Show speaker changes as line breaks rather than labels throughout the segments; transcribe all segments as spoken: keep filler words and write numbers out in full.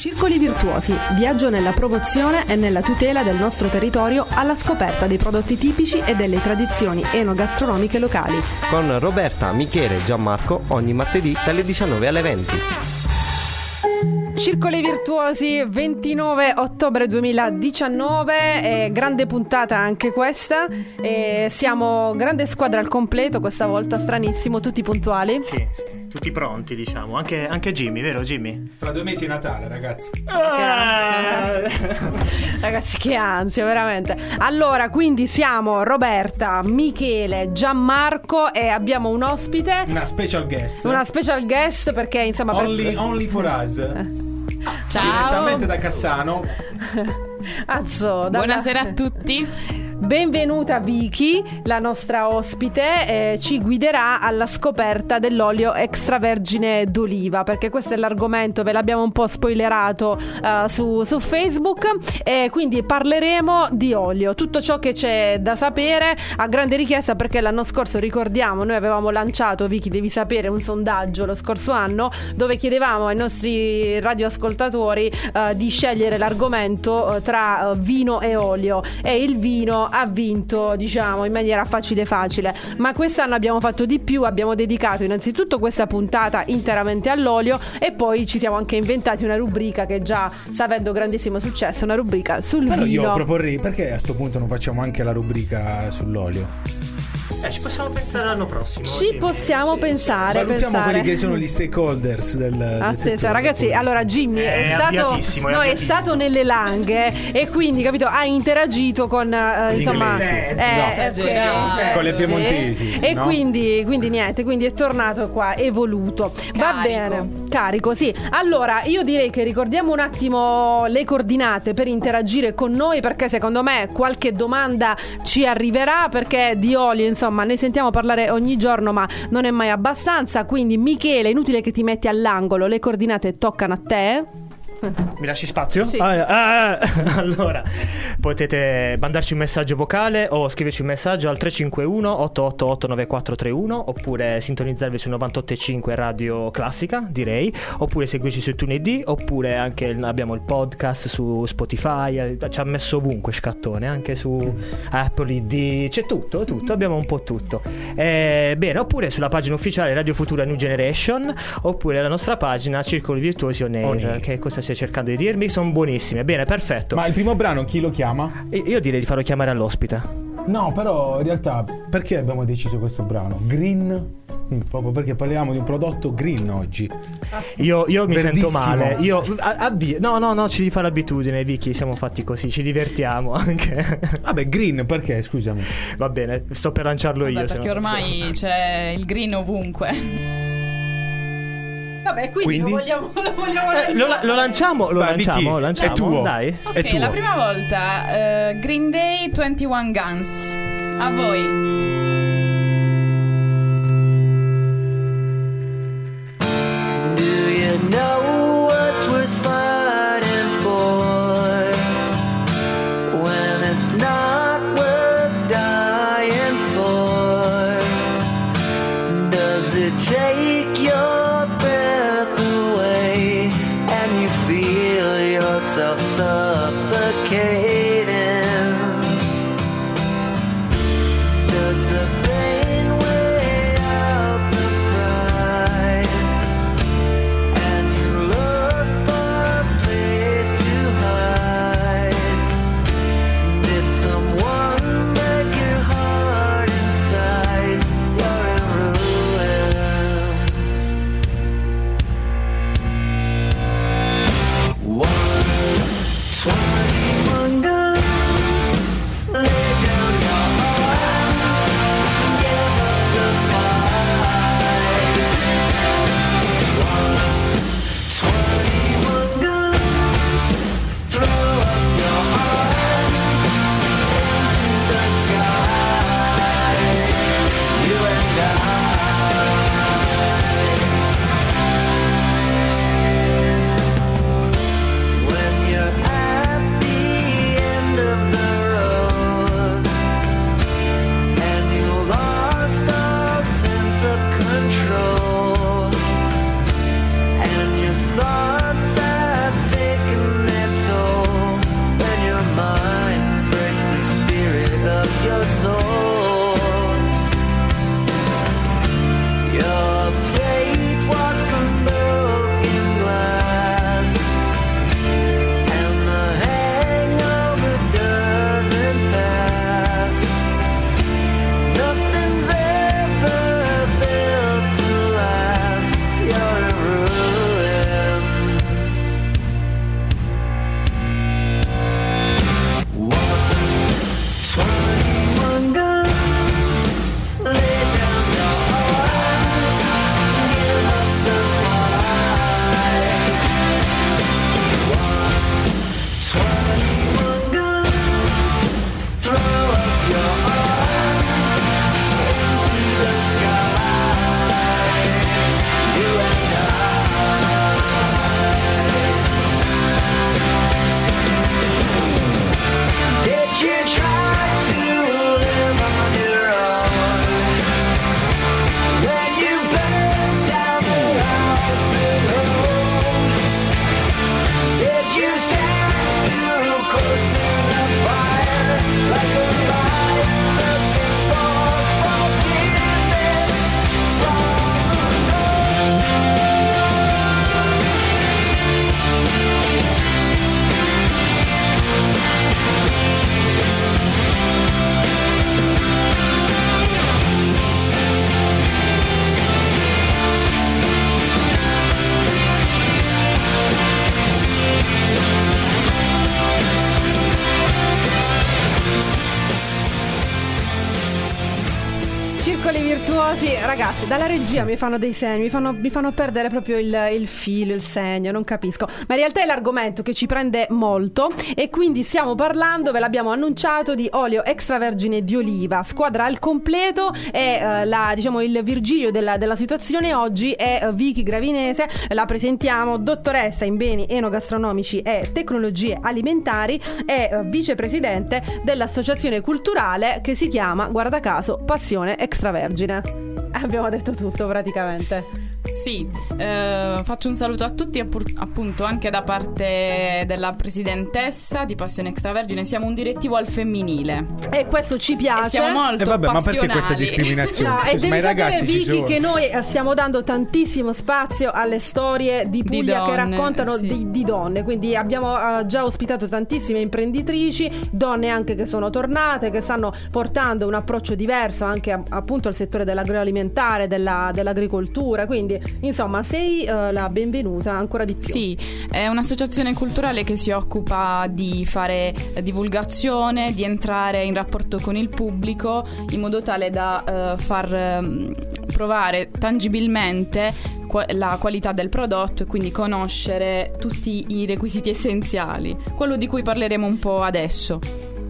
Circoli Virtuosi, viaggio nella promozione e nella tutela del nostro territorio alla scoperta dei prodotti tipici e delle tradizioni enogastronomiche locali.
Con Roberta, Michele e Gianmarco ogni martedì dalle diciannove alle venti.
Circoli Virtuosi, ventinove ottobre duemiladiciannove, eh, grande puntata anche questa, eh, siamo grande squadra al completo questa volta, stranissimo, tutti puntuali.
Sì, sì, tutti pronti diciamo, anche, anche Jimmy, vero Jimmy?
Fra due mesi è Natale, ragazzi.
Ah!
Ragazzi, che ansia, veramente. Allora, quindi siamo Roberta, Michele, Gianmarco e abbiamo un ospite.
Una special guest.
Una special guest perché insomma...
Only,
per...
only for us.
Ciao.
Direttamente da Cassano.
Azzo, da...
Buonasera a tutti.
Benvenuta Vicky, la nostra ospite, eh, ci guiderà alla scoperta dell'olio extravergine d'oliva, perché questo è l'argomento, ve l'abbiamo un po' spoilerato uh, su, su Facebook, e quindi parleremo di olio, tutto ciò che c'è da sapere a grande richiesta, perché l'anno scorso, ricordiamo, noi avevamo lanciato, Vicky devi sapere, un sondaggio lo scorso anno dove chiedevamo ai nostri radioascoltatori uh, di scegliere l'argomento uh, tra uh, vino e olio, e il vino ha vinto, diciamo, in maniera facile facile, ma quest'anno abbiamo fatto di più, abbiamo dedicato innanzitutto questa puntata interamente all'olio e poi ci siamo anche inventati una rubrica che già sta avendo grandissimo successo, una rubrica sul
Però
vino.
Io proporrei, perché a sto punto non facciamo anche la rubrica sull'olio?
Eh, ci possiamo pensare l'anno prossimo.
Ci
Jimmy.
possiamo
Sì,
pensare,
Valutiamo
pensare.
quelli che sono gli stakeholders del, del
Attenzione,
settore.
ragazzi, allora Jimmy è,
È
stato
avviatissimo, è
no, è
avviatissimo.
stato nelle Langhe e quindi, capito, ha interagito con eh, insomma
inglesi.
eh,
No.
esatto.
Eh,
con le
Sì.
piemontesi,
e
no?
quindi, quindi niente, quindi è tornato qua evoluto. Va
Carico.
bene, carico, sì. Allora, io direi che ricordiamo un attimo le coordinate per interagire con noi, perché secondo me qualche domanda ci arriverà, perché di olio, insomma, ne sentiamo parlare ogni giorno, ma non è mai abbastanza. Quindi Michele, inutile che ti metti all'angolo, le coordinate toccano a te.
Mi lasci spazio?
Sì.
Ah, ah, ah. Allora, potete mandarci un messaggio vocale o scriverci un messaggio al tre cinque uno otto otto otto nove quattro tre uno, oppure sintonizzarvi su novantotto e cinque Radio Classica, direi, oppure seguirci su TuneID, oppure anche il- abbiamo il podcast su Spotify, eh, ci ha messo ovunque Scattone, anche su Apple I D, c'è tutto, tutto, abbiamo un po' tutto. Eh, bene, oppure sulla pagina ufficiale Radio Futura New Generation, oppure la nostra pagina Circoli Virtuosi On Air.
On Air.
Che cosa stai cercando di dirmi? Sono buonissime. Bene, perfetto.
Ma il primo brano chi lo chiama?
Io io direi di farlo chiamare all'ospite.
No, però in realtà perché abbiamo deciso questo brano? Green? Mm, Proprio perché parliamo di un prodotto green oggi.
Io, io mi
Verdissimo.
sento male. Io a- avvi- No, no, no, ci devi fare l'abitudine, Vicky. Siamo fatti così, ci divertiamo anche.
Vabbè, green perché? Scusami.
Va bene, sto per lanciarlo
Vabbè,
io. se
perché
no-
ormai c'è il green ovunque.
Vabbè, quindi,
Quindi?
Lo vogliamo, lo vogliamo
Eh, lo, la- lo lanciamo, lo
Vai, Vicky,
lanciamo, lo
è
lanciamo.
tuo.
Dai.
Ok,
È tuo.
la prima volta eh, Green Day ventuno Guns. A voi.
Do you know what's worth fighting for when it's not worth dying for? Does it take your breath away and you feel yourself suffocating? Does the pain weigh out the pride? And you look for a place to hide. Did someone break your heart inside? You're in ruins. One, twenty-one guns.
sì, ragazzi, dalla regia mi fanno dei segni, mi fanno, mi fanno perdere proprio il, il filo, il segno, non capisco. Ma in realtà è l'argomento che ci prende molto e quindi stiamo parlando, ve l'abbiamo annunciato, di olio extravergine di oliva. Squadra al completo e eh, la, diciamo, il Virgilio della, della situazione oggi è eh, Vicky Gravinese. La presentiamo, dottoressa in beni enogastronomici e tecnologie alimentari e eh, vicepresidente dell'associazione culturale che si chiama, guarda caso, Passione Extravergine. Abbiamo detto tutto praticamente.
Sì, eh, faccio un saluto a tutti, appur- appunto anche da parte della presidentessa di Passione Extravergine. Siamo un direttivo al femminile
E questo ci piace.
e siamo molto
E vabbè, ma perché
passionali.
questa discriminazione?
No,
Cioè,
e
ma
devi
i
sapere,
ragazzi ci
Vicky,
sono.
che noi eh, stiamo dando tantissimo spazio alle storie di Puglia che
donne,
raccontano
sì.
di, di donne. Quindi abbiamo eh, già ospitato tantissime imprenditrici, donne anche che sono tornate, che stanno portando un approccio diverso anche a- appunto al settore dell'agroalimentare, della, dell'agricoltura. Quindi insomma sei eh, la benvenuta ancora di più.
Sì, è un'associazione culturale che si occupa di fare divulgazione, di entrare in rapporto con il pubblico in modo tale da eh, far ehm, provare tangibilmente qua- la qualità del prodotto e quindi conoscere tutti i requisiti essenziali, quello di cui parleremo un po' adesso.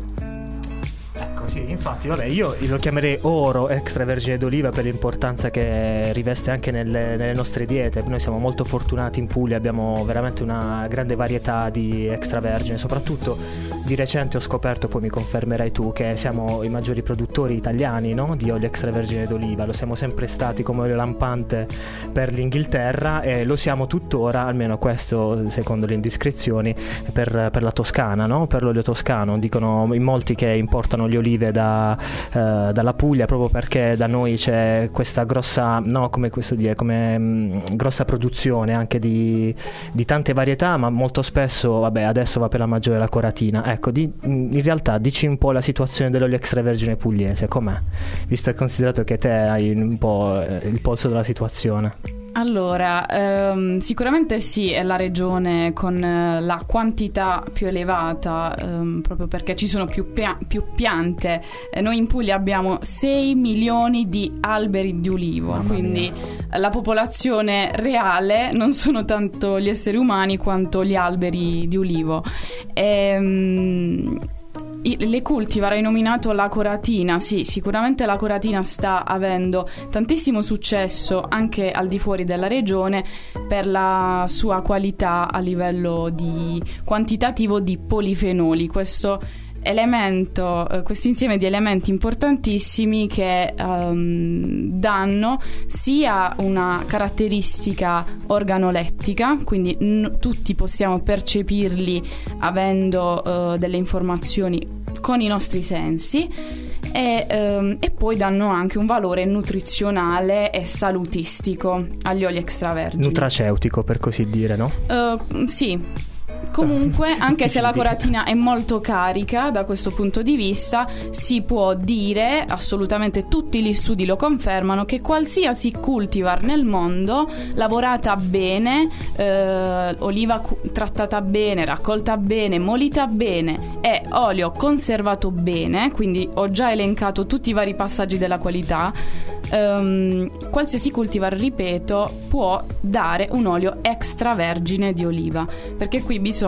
Ecco, sì, infatti, vabbè, io lo chiamerei oro extravergine d'oliva per l'importanza che riveste anche nelle, nelle nostre diete. Noi siamo molto fortunati in Puglia, abbiamo veramente una grande varietà di extravergine, soprattutto di recente ho scoperto, poi mi confermerai tu, che siamo i maggiori produttori italiani, no? Di olio extravergine d'oliva. Lo siamo sempre stati come olio lampante per l'Inghilterra e lo siamo tuttora, almeno questo secondo le indiscrezioni, per, per la Toscana, no? Per l'olio toscano. Dicono in molti che importano le olive da, eh, dalla Puglia proprio perché da noi c'è questa grossa, no, come questo dire, come mh, grossa produzione anche di, di tante varietà, ma molto spesso, vabbè, adesso va per la maggiore la coratina. Ecco, di, in realtà dici un po' la situazione dell'olio extravergine pugliese, com'è? Visto e considerato che te hai un po' il polso della situazione.
Allora, ehm, sicuramente sì, è la regione con eh, la quantità più elevata, ehm, proprio perché ci sono più, pia- più piante. Eh, noi in Puglia abbiamo sei milioni di alberi di ulivo,
Mamma
quindi eh, la popolazione reale non sono tanto gli esseri umani quanto gli alberi di ulivo. Ehm... Le cultivar, hai nominato la coratina. Sì, sicuramente la coratina sta avendo tantissimo successo anche al di fuori della regione per la sua qualità a livello di quantitativo di polifenoli. Questo elemento, eh, questo insieme di elementi importantissimi che um, danno sia una caratteristica organolettica, quindi n- tutti possiamo percepirli avendo uh, delle informazioni con i nostri sensi e, um, e poi danno anche un valore nutrizionale e salutistico agli oli extravergini.
Nutraceutico, per così dire, no?
Uh, sì. Comunque, anche se la coratina è molto carica da questo punto di vista, si può dire, assolutamente tutti gli studi lo confermano, che qualsiasi cultivar nel mondo, lavorata bene, eh, oliva cu- trattata bene, raccolta bene, molita bene e olio conservato bene, quindi ho già elencato tutti i vari passaggi della qualità, ehm, qualsiasi cultivar, ripeto, può dare un olio extravergine di oliva, perché qui bisogna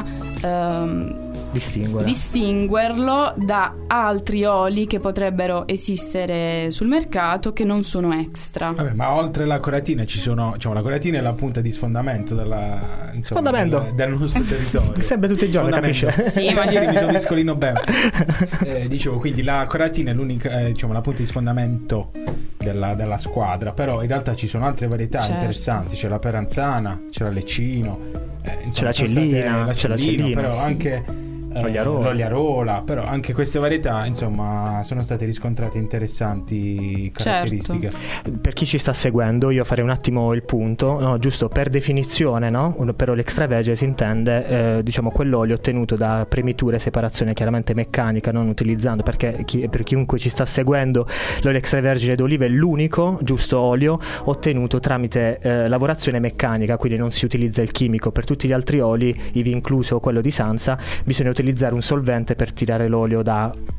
ehm,
Distinguere.
distinguerlo da altri oli che potrebbero esistere sul mercato che non sono extra.
Vabbè, ma oltre la coratina ci sono, diciamo, la coratina è la punta di sfondamento della, insomma,
Fondamento.
del, del nostro territorio.
Sempre tutti i giorni,
Sfondamento.
capisce?
Sì, ma
Ieri
ci-
mi sono discolino bene. Eh, dicevo, quindi la coratina è l'unica, eh, diciamo, la punta di sfondamento della, della squadra, però in realtà ci sono altre varietà
Certo.
interessanti. C'è la peranzana, c'è la leccino, eh, insomma,
C'è la
sono
cellina,
state- la
c'è la
cellino,
cellina,
però
sì.
anche eh,
L'oliarola.
l'oliarola, però anche queste varietà, insomma, sono state riscontrate interessanti caratteristiche.
Per chi ci sta seguendo, io farei un attimo il punto, no, giusto per definizione, no? Per olio extravergine si intende eh, diciamo quell'olio ottenuto da premitura e separazione chiaramente meccanica, non utilizzando, perché chi, per chiunque ci sta seguendo, l'olio extravergine d'oliva è l'unico giusto olio ottenuto tramite eh, lavorazione meccanica, quindi non si utilizza il chimico. Per tutti gli altri oli, ivi incluso quello di Sansa, bisogna utilizzare un solvente per tirare l'olio da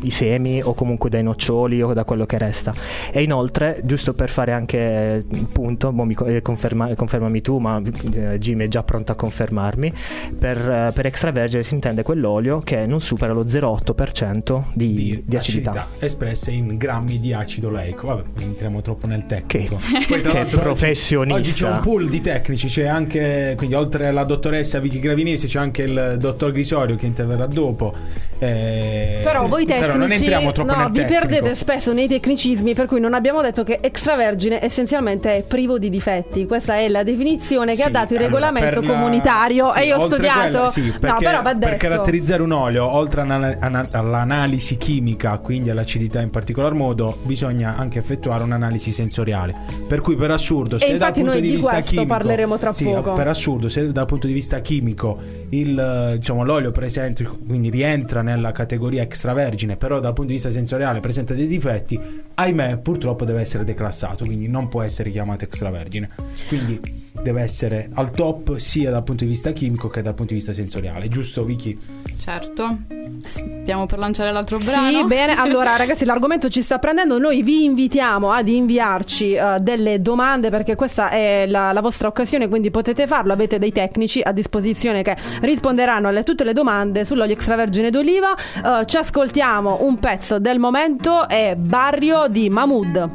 i semi o comunque dai noccioli o da quello che resta. E inoltre, giusto per fare anche il punto, boh, mi co- eh, conferma, confermami tu, ma eh, Jim è già pronto a confermarmi, per, eh, per extravergine si intende quell'olio che non supera lo zero virgola otto per cento di, di, di acidità.
acidità espresse in grammi di acido oleico. Vabbè, entriamo troppo nel tecnico.
Che,
Poi, tra
che
l'altro,
professionista.
Oggi c'è un pool di tecnici, c'è anche, quindi oltre alla dottoressa Vicky Gravinesi c'è anche il dottor Grisorio che interverrà dopo. Eh,
Però voi tecnici,
però non entriamo troppo
no,
nel
vi
tecnico.
perdete spesso nei tecnicismi, per cui non abbiamo detto che extravergine essenzialmente è privo di difetti. Questa è la definizione che
Sì,
ha dato il
allora,
regolamento
per la-
comunitario
sì,
e io ho
oltre
studiato.
quella- sì, perché,
no, però va detto.
per caratterizzare un olio, oltre ana- ana- all'analisi chimica, quindi all'acidità in particolar modo, bisogna anche effettuare un'analisi sensoriale. Per cui, per assurdo, se dal
infatti
punto
noi
di
di
vista
questo
chimico,
parleremo tra
sì,
poco.
per assurdo, se dal punto di vista chimico il, eh, diciamo, l'olio presente, quindi rientra nella categoria extravergine, però dal punto di vista sensoriale presenta dei difetti, ahimè, purtroppo deve essere declassato, quindi non può essere chiamato extravergine. Quindi deve essere al top sia dal punto di vista chimico che dal punto di vista sensoriale, giusto Vicky?
Certo. Stiamo per lanciare l'altro brano.
Sì, bene. Allora, ragazzi, l'argomento ci sta prendendo. Noi vi invitiamo ad inviarci uh, delle domande, perché questa è la, la vostra occasione, quindi potete farlo. Avete dei tecnici a disposizione che risponderanno a tutte le domande sull'olio extravergine d'oliva. Uh, ci ascoltiamo un pezzo del momento, è Barrio di Mahmood.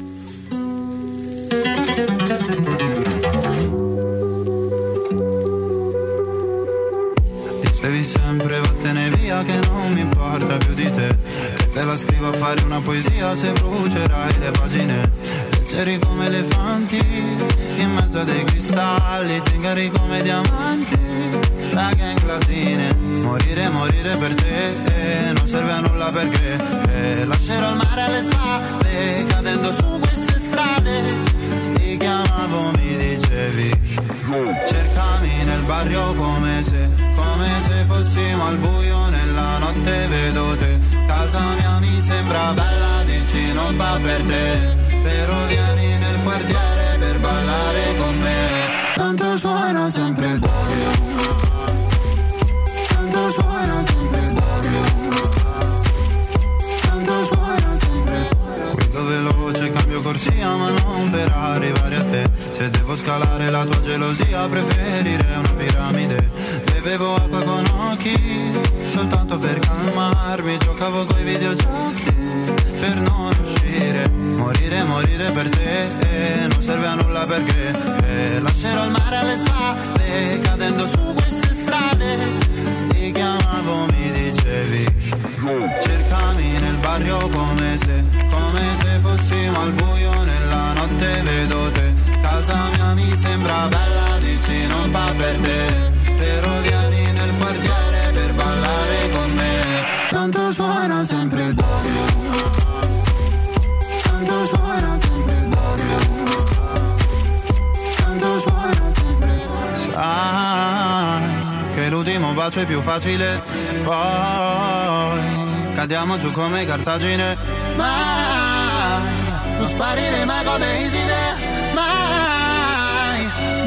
Dicevi sempre vattene via che non mi importa più di te, che te la scrivo a fare una poesia se brucerai le pagine. Leggeri come elefanti in mezzo a dei cristalli, zingari come diamanti tra gang latine. Morire, morire per te eh, non serve a nulla perché eh, lascerò il mare alle spalle cadendo su queste strade. Ti chiamavo, mi dicevi cercami nel barrio come se, come se fossimo al buio nella notte vedo te. Casa mia mi sembra bella, dici non fa per te, però vieni nel quartiere per ballare con me. Tanto suona sempre il barrio, tanto suona sempre il barrio, tanto suona sempre il barrio. Guido veloce, cambio corsia ma non per arrivare a te. Se devo scalare la tua gelosia preferirei una piramide. Bevevo acqua con occhi soltanto per calmarmi, giocavo coi videogiochi per non uscire. Morire, morire per te eh, non serve a nulla perché eh, lascerò il mare alle spalle cadendo su queste strade. Ti chiamavo, mi dicevi cercami nel barrio come se, come se fossimo al buio nella notte vedo te. Casa mia mi sembra bella, dici non fa per te, però vieni nel quartiere per ballare con me. Tanto suona sempre il barrio, tanto suona sempre il barrio, tanto suona sempre. Sai che l'ultimo bacio è più facile, poi cadiamo giù come Cartagine. Mai non sparire mai come Iside, mai,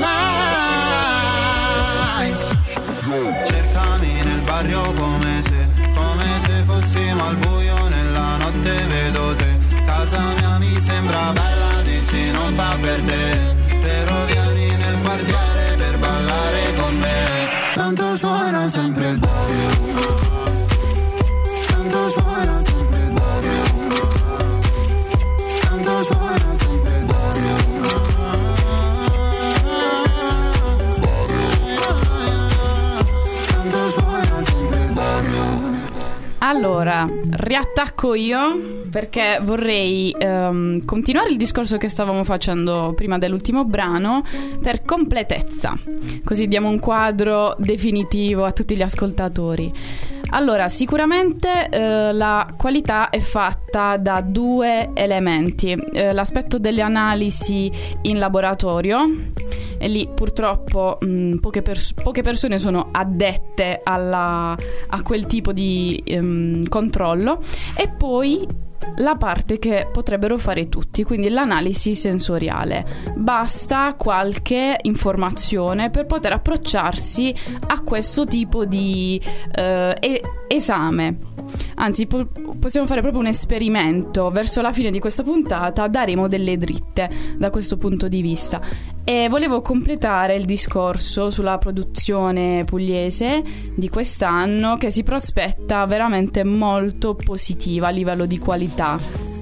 mai. Cercami nel barrio come se, come se fossimo al buio nella notte vedo te. Casa mia mi sembra bella, dici non fa per te, però vieni nel quartiere per ballare con me. Tanto suona sempre il barrio, tanto suona sempre il barrio, tanto suona sempre il barrio.
Allora, riattacco io perché vorrei ehm, continuare il discorso che stavamo facendo prima dell'ultimo brano per completezza, così diamo un quadro definitivo a tutti gli ascoltatori. Allora, sicuramente eh, la qualità è fatta da due elementi, eh, l'aspetto delle analisi in laboratorio, e lì purtroppo mh, poche, pers- poche persone sono addette alla, a quel tipo di ehm, controllo, e poi la parte che potrebbero fare tutti, quindi l'analisi sensoriale. Basta qualche informazione per poter approcciarsi a questo tipo di eh, e- esame. anzi po- possiamo fare proprio un esperimento. Verso la fine di questa puntata daremo delle dritte da questo punto di vista. E volevo completare il discorso sulla produzione pugliese di quest'anno, che si prospetta veramente molto positiva a livello di qualità.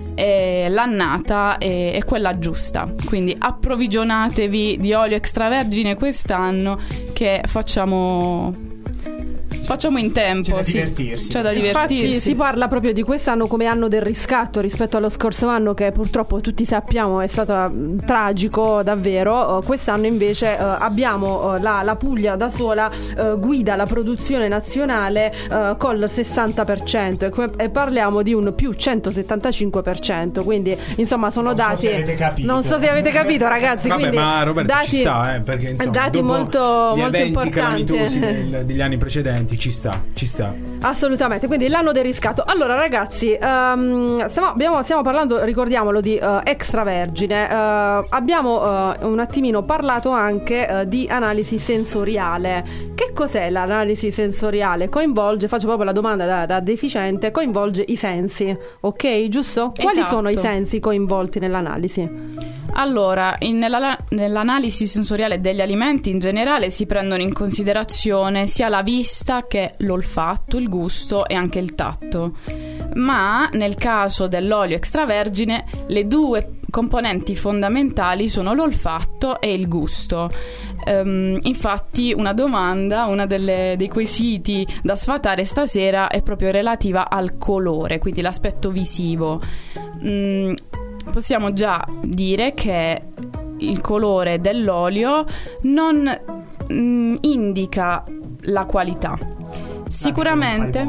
E l'annata è, è quella giusta, quindi approvvigionatevi di olio extravergine quest'anno, che facciamo facciamo in tempo.
C'è da
sì.
divertirsi.
C'è da
Infatti
divertirsi.
si parla proprio di quest'anno come anno del riscatto rispetto allo scorso anno, che purtroppo tutti sappiamo è stato mh, tragico davvero. Uh, quest'anno invece uh, abbiamo uh, la, la Puglia da sola uh, guida la produzione nazionale uh, col sessanta per cento e, que- e parliamo di un più centosettantacinque per cento, quindi insomma sono
Non so
dati
se avete capito.
non so se avete capito ragazzi.
Vabbè,
quindi
ma Roberto
dati,
ci sta, eh, perché insomma,
dati
dopo
molto,
gli
molto
eventi
importanti
calamitosi del- degli anni precedenti ci sta, ci sta.
Assolutamente, quindi l'anno del riscatto. Allora ragazzi, um, stiamo, abbiamo, stiamo parlando, ricordiamolo, di uh, extravergine. Uh, abbiamo uh, un attimino parlato anche uh, di analisi sensoriale. Che cos'è l'analisi sensoriale? Coinvolge, faccio proprio la domanda da, da deficiente, coinvolge i sensi, ok? Giusto? Quali
Esatto.
sono i sensi coinvolti nell'analisi?
Allora, in- nella- nell'analisi sensoriale degli alimenti in generale si prendono in considerazione sia la vista che l'olfatto, il gusto e anche il tatto. Ma nel caso dell'olio extravergine le due componenti fondamentali sono l'olfatto e il gusto. Ehm, infatti una domanda, una delle, dei quesiti da sfatare stasera è proprio relativa al colore, quindi l'aspetto visivo. Mm, possiamo già dire che il colore dell'olio non mm, indica la qualità. Sicuramente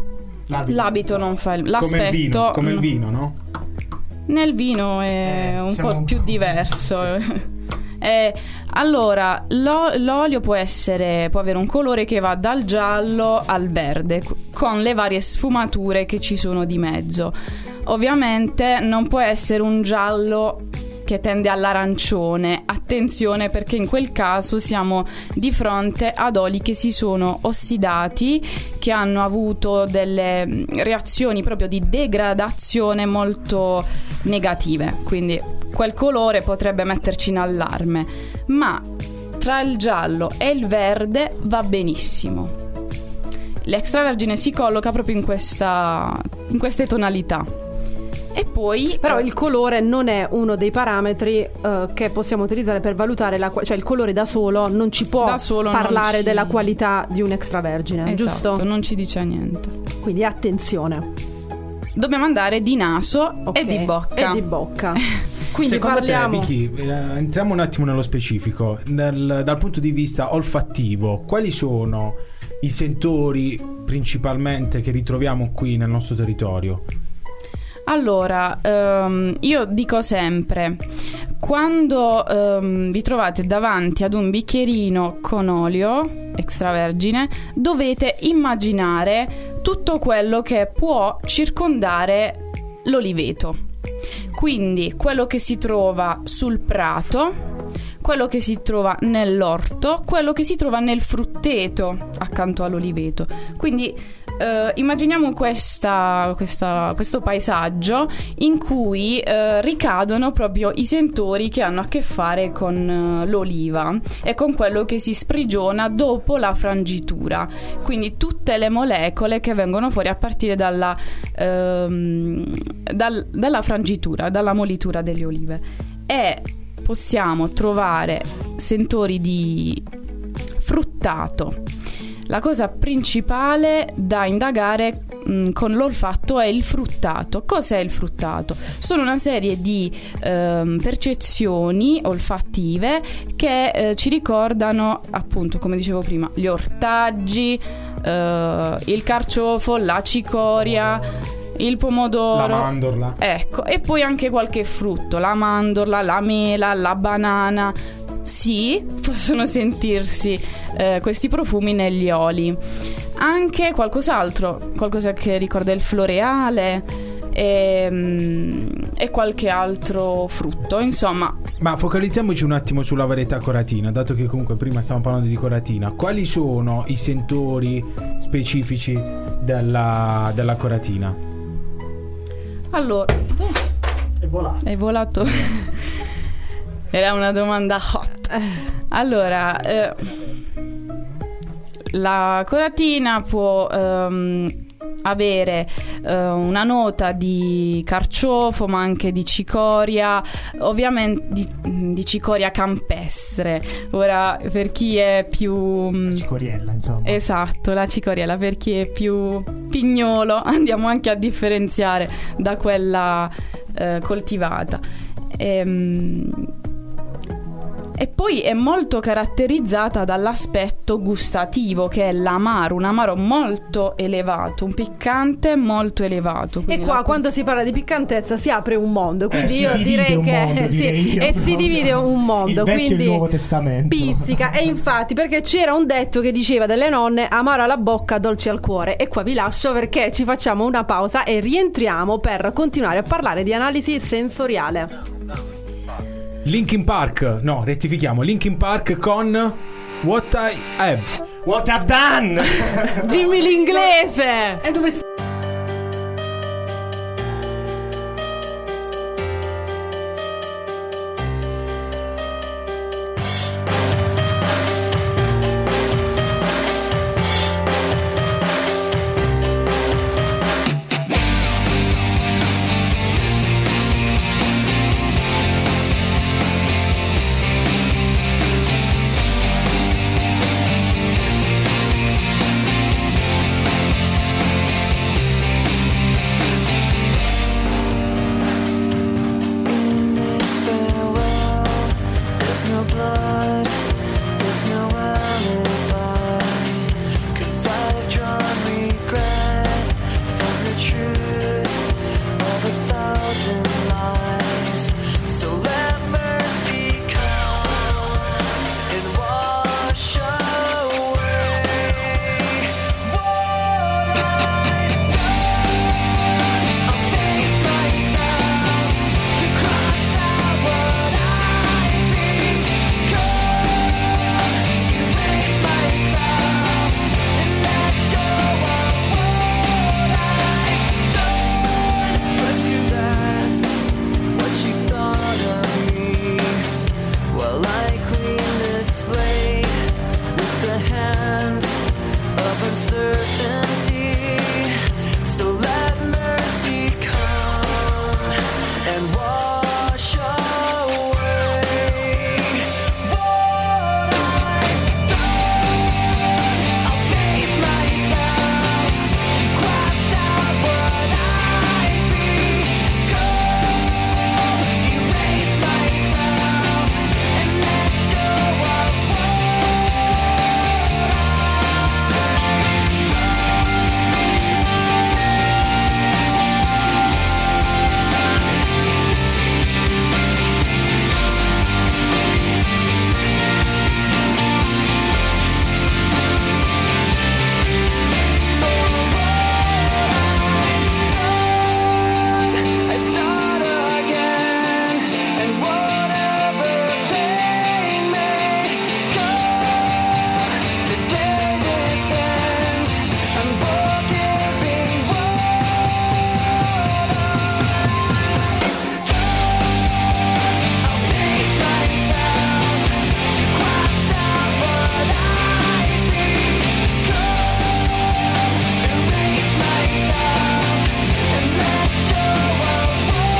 l'abito non fa il, l'aspetto
Come il vino, come il
no.
vino, no?
Nel vino è
Eh,
un
siamo
po'
un
più
po'-
diverso. Eh, allora, l'o- l'olio può essere, può avere un colore che va dal giallo al verde, c- con le varie sfumature che ci sono di mezzo. Ovviamente non può essere un giallo che tende all'arancione. Attenzione, perché in quel caso siamo di fronte ad oli che si sono ossidati, che hanno avuto delle mm, reazioni proprio di degradazione molto negative, quindi quel colore potrebbe metterci in allarme, ma tra il giallo e il verde va benissimo. L'extravergine si colloca proprio in questa in queste tonalità. E poi
Però
eh,
il colore non è uno dei parametri eh, che possiamo utilizzare per valutare la qua- cioè il colore da solo non ci può
Da solo non
parlare
ci-
della qualità di un extravergine,
esatto,
giusto?
non ci dice niente.
Quindi attenzione.
Dobbiamo andare di naso
Ok.
e di bocca.
E di bocca. Quindi
Secondo
parliamo
te, Vicky, eh, entriamo un attimo nello specifico. Dal, dal punto di vista olfattivo, quali sono i sentori principalmente che ritroviamo qui nel nostro territorio?
Allora, ehm, io dico sempre, quando ehm, vi trovate davanti ad un bicchierino con olio extravergine, dovete immaginare tutto quello che può circondare l'oliveto. Quindi quello che si trova sul prato, quello che si trova nell'orto, quello che si trova nel frutteto accanto all'oliveto. Quindi eh, immaginiamo questa, questa, questo paesaggio in cui eh, ricadono proprio i sentori che hanno a che fare con eh, l'oliva e con quello che si sprigiona dopo la frangitura. Quindi tutte le molecole che vengono fuori a partire dalla, ehm, dal, dalla frangitura, dalla molitura delle olive. E possiamo trovare sentori di fruttato. La cosa principale da indagare mh, con l'olfatto è il fruttato. Cos'è il fruttato? Sono una serie di ehm, percezioni olfattive che eh, ci ricordano, appunto, come dicevo prima, gli ortaggi, eh, il carciofo, la cicoria, il pomodoro,
La mandorla.
ecco, e poi anche qualche frutto, la mandorla, la mela, la banana. Sì, possono sentirsi eh, questi profumi negli oli. Anche qualcos'altro, qualcosa che ricorda il floreale e, mm, e qualche altro frutto. Insomma,
Ma focalizziamoci un attimo sulla varietà coratina, dato che comunque prima stavamo parlando di coratina. Quali sono i sentori specifici della, della coratina?
Allora, tu
È volato.
hai volato. Era una domanda hot. Allora, eh, la coratina può ehm, avere eh, una nota di carciofo, ma anche di cicoria, ovviamente di, di cicoria campestre. Ora, per chi è più
Cicoriella, insomma.
esatto, la cicoriella, per chi è più pignolo, andiamo anche a differenziare da quella eh, coltivata. Ehm, E poi è molto caratterizzata dall'aspetto gustativo, che è l'amaro, un amaro molto elevato, un piccante molto elevato.
E
Quindi
qua
la-
quando si parla di piccantezza si apre un mondo, quindi
Eh, si
io
divide
direi
un
che
mondo,
sì,
direi io,
e si
proprio.
divide un mondo,
Il Vecchio e il
quindi
Nuovo Testamento.
pizzica. E infatti, perché c'era un detto che diceva delle nonne: amaro alla bocca, dolce al cuore. E qua vi lascio perché ci facciamo una pausa e rientriamo per continuare a parlare di analisi sensoriale.
Linkin Park, no, rettifichiamo, Linkin Park con What I Have.
What I've done!
Jimmy l'inglese.
E dove sta?
In this farewell, there's no blood, there's no alibi. 'Cause I've drawn regret from the truth of a thousand lies. So let mercy come and wash away what I've done. I'll face myself to cross out what I've become. Erase myself and let go of what I've done. Put to rest what you thought of me while I clean this slate with the hands of uncertainty. So let mercy come and wash away what I've done. I'll face myself to cross out what I've become. Erase myself and let go of what I start again, and whatever pain may come, today this ends. I'm forgiving what I've done. I'll face myself to cross out what I've become. Erase myself and let go of what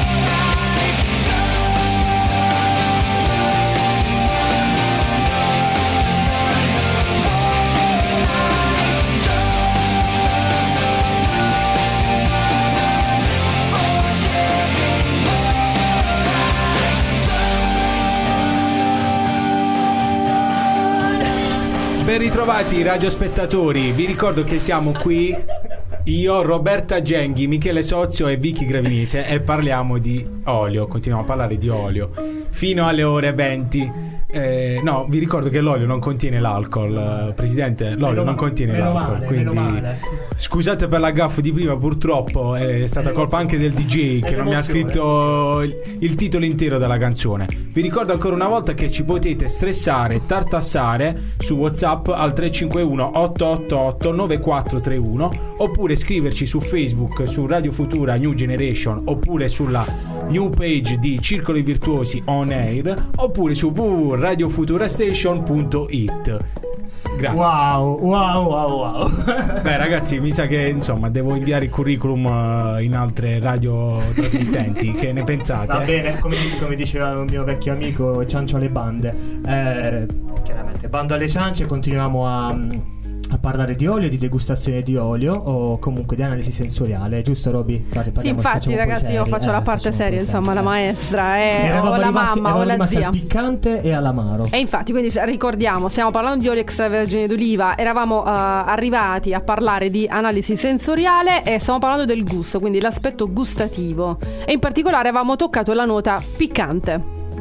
Ben ritrovati radiospettatori, vi ricordo che siamo qui io, Roberta Genghi, Michele Sozio e Vicky Gravinese e parliamo di olio, continuiamo a parlare di olio fino alle ore venti Eh, no, vi ricordo che l'olio non contiene l'alcol, eh, Presidente, l'olio
Meno
non
ma-
contiene
meno
l'alcol,
male,
quindi
meno male.
scusate per la gaffa di prima, purtroppo è stata
È
colpa anche del D J che
È
non mi ha
l'emozione,
scritto il, il titolo intero della canzone. Vi ricordo ancora una volta che ci potete stressare, tartassare su WhatsApp al tre cinque uno otto otto otto nove quattro tre uno, oppure scriverci su Facebook su Radio Futura New Generation, oppure sulla new page di Circoli Virtuosi On Air, oppure su w w w punto radio futura station punto it. Grazie.
Wow, wow, wow, wow.
Beh ragazzi, mi sa che insomma devo inviare il curriculum uh, in altre radio trasmittenti. Che ne pensate?
Va bene, come, come diceva un mio vecchio amico, ciancio alle bande. Eh, chiaramente, bando alle ciance, continuiamo a, a parlare di olio, di degustazione di olio o comunque di analisi sensoriale, giusto Roby? Parli-
Sì,
parliamo-
infatti
facciamo un po'
ragazzi io
seri,
faccio
eh,
la parte
facciamo un
seria,
po'
insomma,
seri,
la
eh.
maestra è,
Eravamo
o la
rimasti,
mamma o
eravamo
la
rimasti
zia.
al piccante e all'amaro.
E infatti, quindi se- ricordiamo, stiamo parlando di olio extravergine d'oliva, eravamo eh, arrivati a parlare di analisi sensoriale e stiamo parlando del gusto, quindi l'aspetto gustativo. E in particolare avevamo toccato la nota piccante.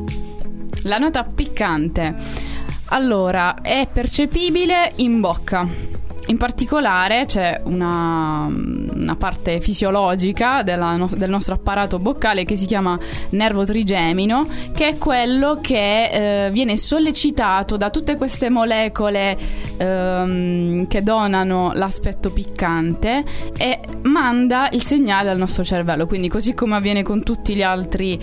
La nota piccante, allora, è percepibile in bocca. In particolare c'è una, una parte fisiologica della nos- del nostro apparato boccale che si chiama nervo trigemino, che è quello che eh, viene sollecitato da tutte queste molecole ehm, che donano l'aspetto piccante e manda il segnale al nostro cervello. Quindi, così come avviene con tutti gli altri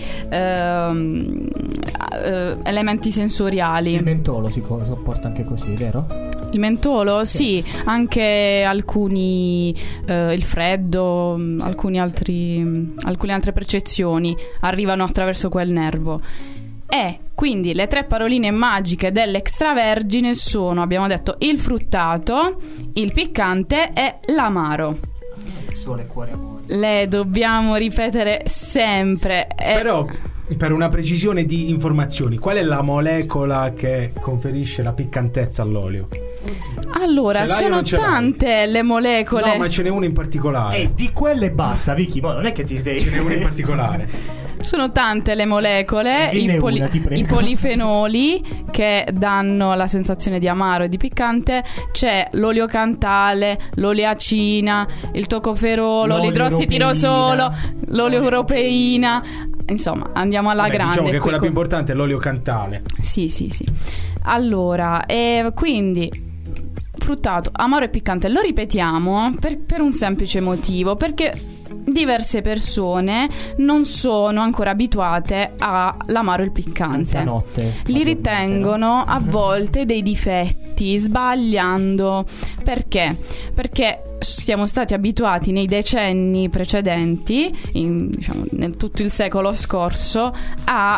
ehm, eh, elementi sensoriali.
Il mentolo si co- sopporta anche così, vero?
Il mentolo, sì, anche alcuni, eh, il freddo, mh, alcuni altri, mh, alcune altre percezioni arrivano attraverso quel nervo. E quindi le tre paroline magiche dell'extravergine sono, abbiamo detto, il fruttato, il piccante e l'amaro.
Sole, cuore, amore.
Le dobbiamo ripetere sempre. E-
Però per una precisione di informazioni, qual è la molecola che conferisce la piccantezza all'olio?
Allora,
Ce l'hai o
sono
non ce l'hai?
tante le molecole.
No, ma ce n'è una in particolare.
E di quelle basta, Vicky, mo non è che ti sei...
Ce n'è una in particolare.
Sono tante le molecole,
Dinne
i, poli-
una, ti prego.
i polifenoli che danno la sensazione di amaro e di piccante. C'è l'olio cantale, l'oleacina, il tocoferolo,
L'olio
l'idrossitirosolo,
europeina.
l'olio europeina. Insomma, andiamo alla
Vabbè,
grande.
diciamo che
qui
quella più
con-
importante è l'olio cantale.
Sì, sì, sì. Allora, eh, quindi fruttato, amaro e piccante. Lo ripetiamo per, per un semplice motivo, perché diverse persone non sono ancora abituate all'amaro e il piccante.
Anzianotte.
Li ritengono a volte dei difetti, sbagliando. Perché? Perché siamo stati abituati nei decenni precedenti, in, diciamo, nel tutto il secolo scorso, a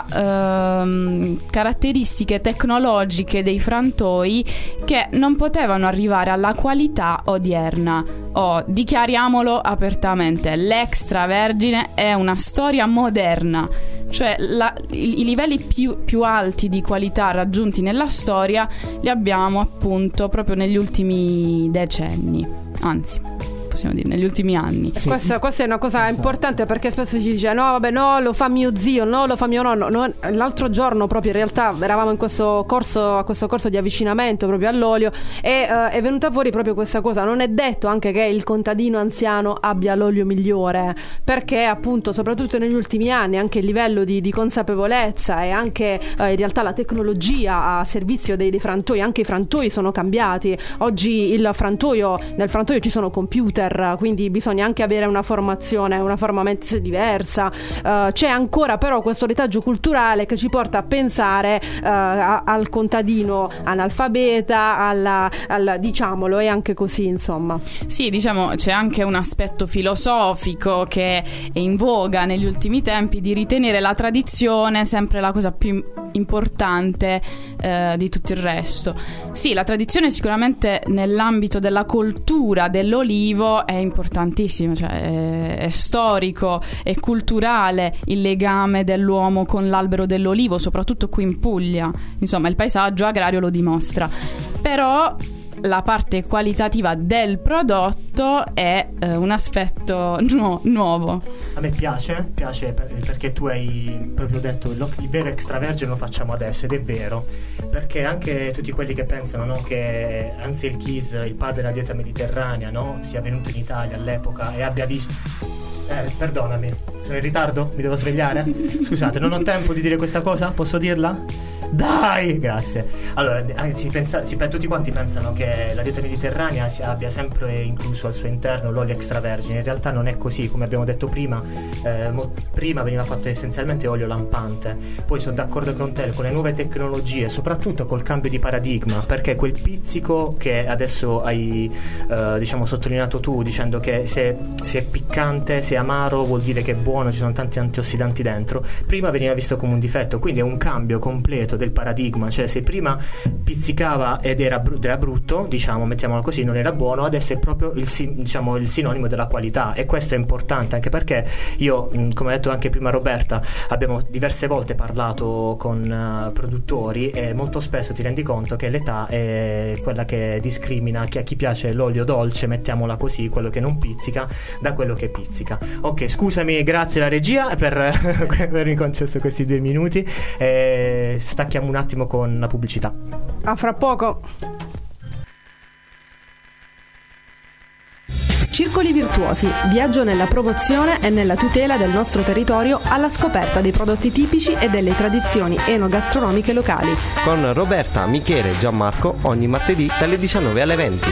ehm, caratteristiche tecnologiche dei frantoi che non potevano arrivare alla qualità odierna. Oh, dichiariamolo apertamente, l'extravergine è una storia moderna, cioè la, i, i livelli più, più alti di qualità raggiunti nella storia li abbiamo appunto proprio negli ultimi decenni, anzi possiamo dire negli ultimi anni.
Sì.
Questa, questa è una cosa
Esatto.
importante, perché spesso ci dice no vabbè no lo fa mio zio, no lo fa mio nonno. No, l'altro giorno proprio in realtà eravamo in questo corso, a questo corso di avvicinamento proprio all'olio e eh, è venuta fuori proprio questa cosa. Non è detto anche che il contadino anziano abbia l'olio migliore, perché appunto soprattutto negli ultimi anni anche il livello di, di consapevolezza e anche eh, in realtà la tecnologia a servizio dei, dei frantoi, anche i frantoi sono cambiati. Oggi il frantoio, nel frantoio ci sono computer, quindi bisogna anche avere una formazione, una formazione diversa. Uh, c'è ancora però questo retaggio culturale che ci porta a pensare uh, a, al contadino analfabeta, alla, alla, diciamolo, è anche così, insomma.
Sì, diciamo c'è anche un aspetto filosofico che è in voga negli ultimi tempi, di ritenere la tradizione sempre la cosa più importante eh, di tutto il resto. Sì, la tradizione sicuramente nell'ambito della coltura dell'olivo è importantissimo, cioè è, è storico, è culturale il legame dell'uomo con l'albero dell'olivo, soprattutto qui in Puglia. Insomma, il paesaggio agrario lo dimostra. Però la parte qualitativa del prodotto è eh, un aspetto nu- nuovo.
A me piace, piace per- perché tu hai proprio detto il, il vero extravergine lo facciamo adesso, ed è vero, perché anche tutti quelli che pensano, no, che Ansel Keys, il padre della dieta mediterranea, no, sia venuto in Italia all'epoca e abbia visto... Eh, perdonami, sono in ritardo? Mi devo svegliare? Scusate, non ho tempo di dire questa cosa? Posso dirla? Dai, grazie. Allora, eh, si pensa, si, tutti quanti pensano che la dieta mediterranea si abbia sempre incluso al suo interno l'olio extravergine. In realtà non è così, come abbiamo detto prima. Eh, mo, prima veniva fatto essenzialmente olio lampante. Poi sono d'accordo con te, con le nuove tecnologie, soprattutto col cambio di paradigma, perché quel pizzico che adesso hai eh, diciamo sottolineato tu, dicendo che se, se è piccante, se è amaro, vuol dire che è buono, ci sono tanti antiossidanti dentro, prima veniva visto come un difetto. Quindi è un cambio completo del paradigma. Cioè, se prima pizzicava ed era, br- era brutto, diciamo, mettiamolo così, non era buono, adesso è proprio il, sin- diciamo, il sinonimo della qualità, e questo è importante, anche perché io, mh, come ha detto anche prima Roberta, abbiamo diverse volte parlato con uh, produttori, e molto spesso ti rendi conto che l'età è quella che discrimina chi, a chi piace l'olio dolce, mettiamola così, quello che non pizzica, da quello che pizzica. Ok, scusami, grazie alla regia per avermi concesso questi due minuti. Eh, stacchiamo un attimo con la pubblicità.
A fra poco. Circoli Virtuosi, viaggio nella promozione e nella tutela del nostro territorio alla scoperta dei prodotti tipici e delle tradizioni enogastronomiche locali.
Con Roberta, Michele e Gianmarco ogni martedì dalle diciannove alle venti.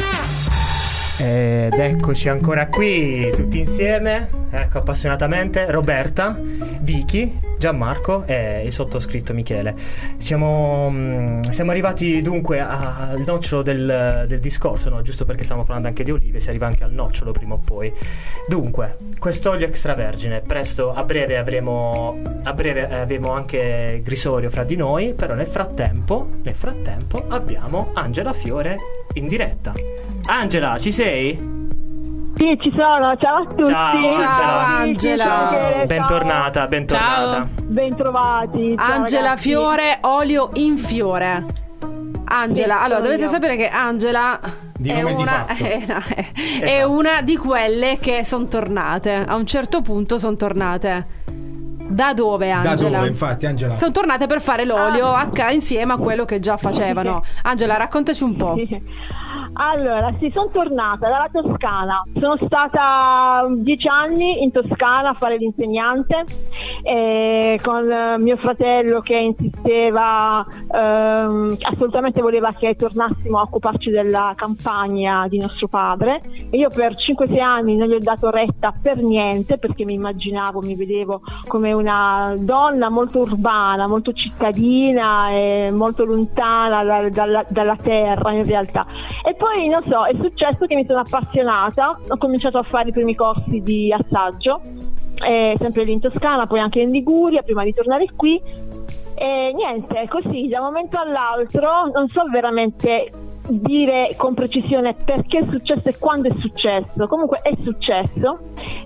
Ed eccoci ancora qui tutti insieme, ecco, appassionatamente, Roberta, Vicky, Gianmarco e il sottoscritto Michele. Siamo, siamo arrivati dunque al nocciolo del, del discorso, no? Giusto perché stiamo parlando anche di olive, si arriva anche al nocciolo prima o poi. Dunque, quest'olio extravergine, presto, a breve avremo, a breve avremo anche Grisorio fra di noi, però nel frattempo, nel frattempo abbiamo Angela Fiore in diretta. Angela, ci sei?
Sì, ci sono, ciao a tutti.
Ciao,
Ciao,
Angela.
Angela.
Bentornata, bentornata.
Ciao.
Bentrovati. Ciao,
Angela
ragazzi.
Fiore, olio in fiore. Angela,
Sì,
allora
sono
dovete
io.
sapere che Angela
Di
è
nome e di
una,
fatto.
è, no, è- è
Esatto.
una di quelle che sono tornate. A un certo punto sono tornate. Da dove,
Da
Angela?
dove, infatti, Angela?
Sono tornate per fare l'olio
Ah.
a ca- insieme a quello che già facevano. Angela, raccontaci un po'.
Allora, sì, sono tornata dalla Toscana. Sono stata dieci anni in Toscana a fare l'insegnante, eh, con eh, mio fratello che insisteva, ehm, assolutamente voleva che tornassimo a occuparci della campagna di nostro padre, e io per cinque sei anni non gli ho dato retta per niente, perché mi immaginavo, mi vedevo come una donna molto urbana, molto cittadina e molto lontana da- dalla, dalla terra in realtà. E poi non so, è successo che mi sono appassionata, ho cominciato a fare i primi corsi di assaggio, eh, sempre lì in Toscana, poi anche in Liguria, prima di tornare qui. E niente, così da un momento all'altro non so veramente dire con precisione perché è successo e quando è successo. Comunque è successo,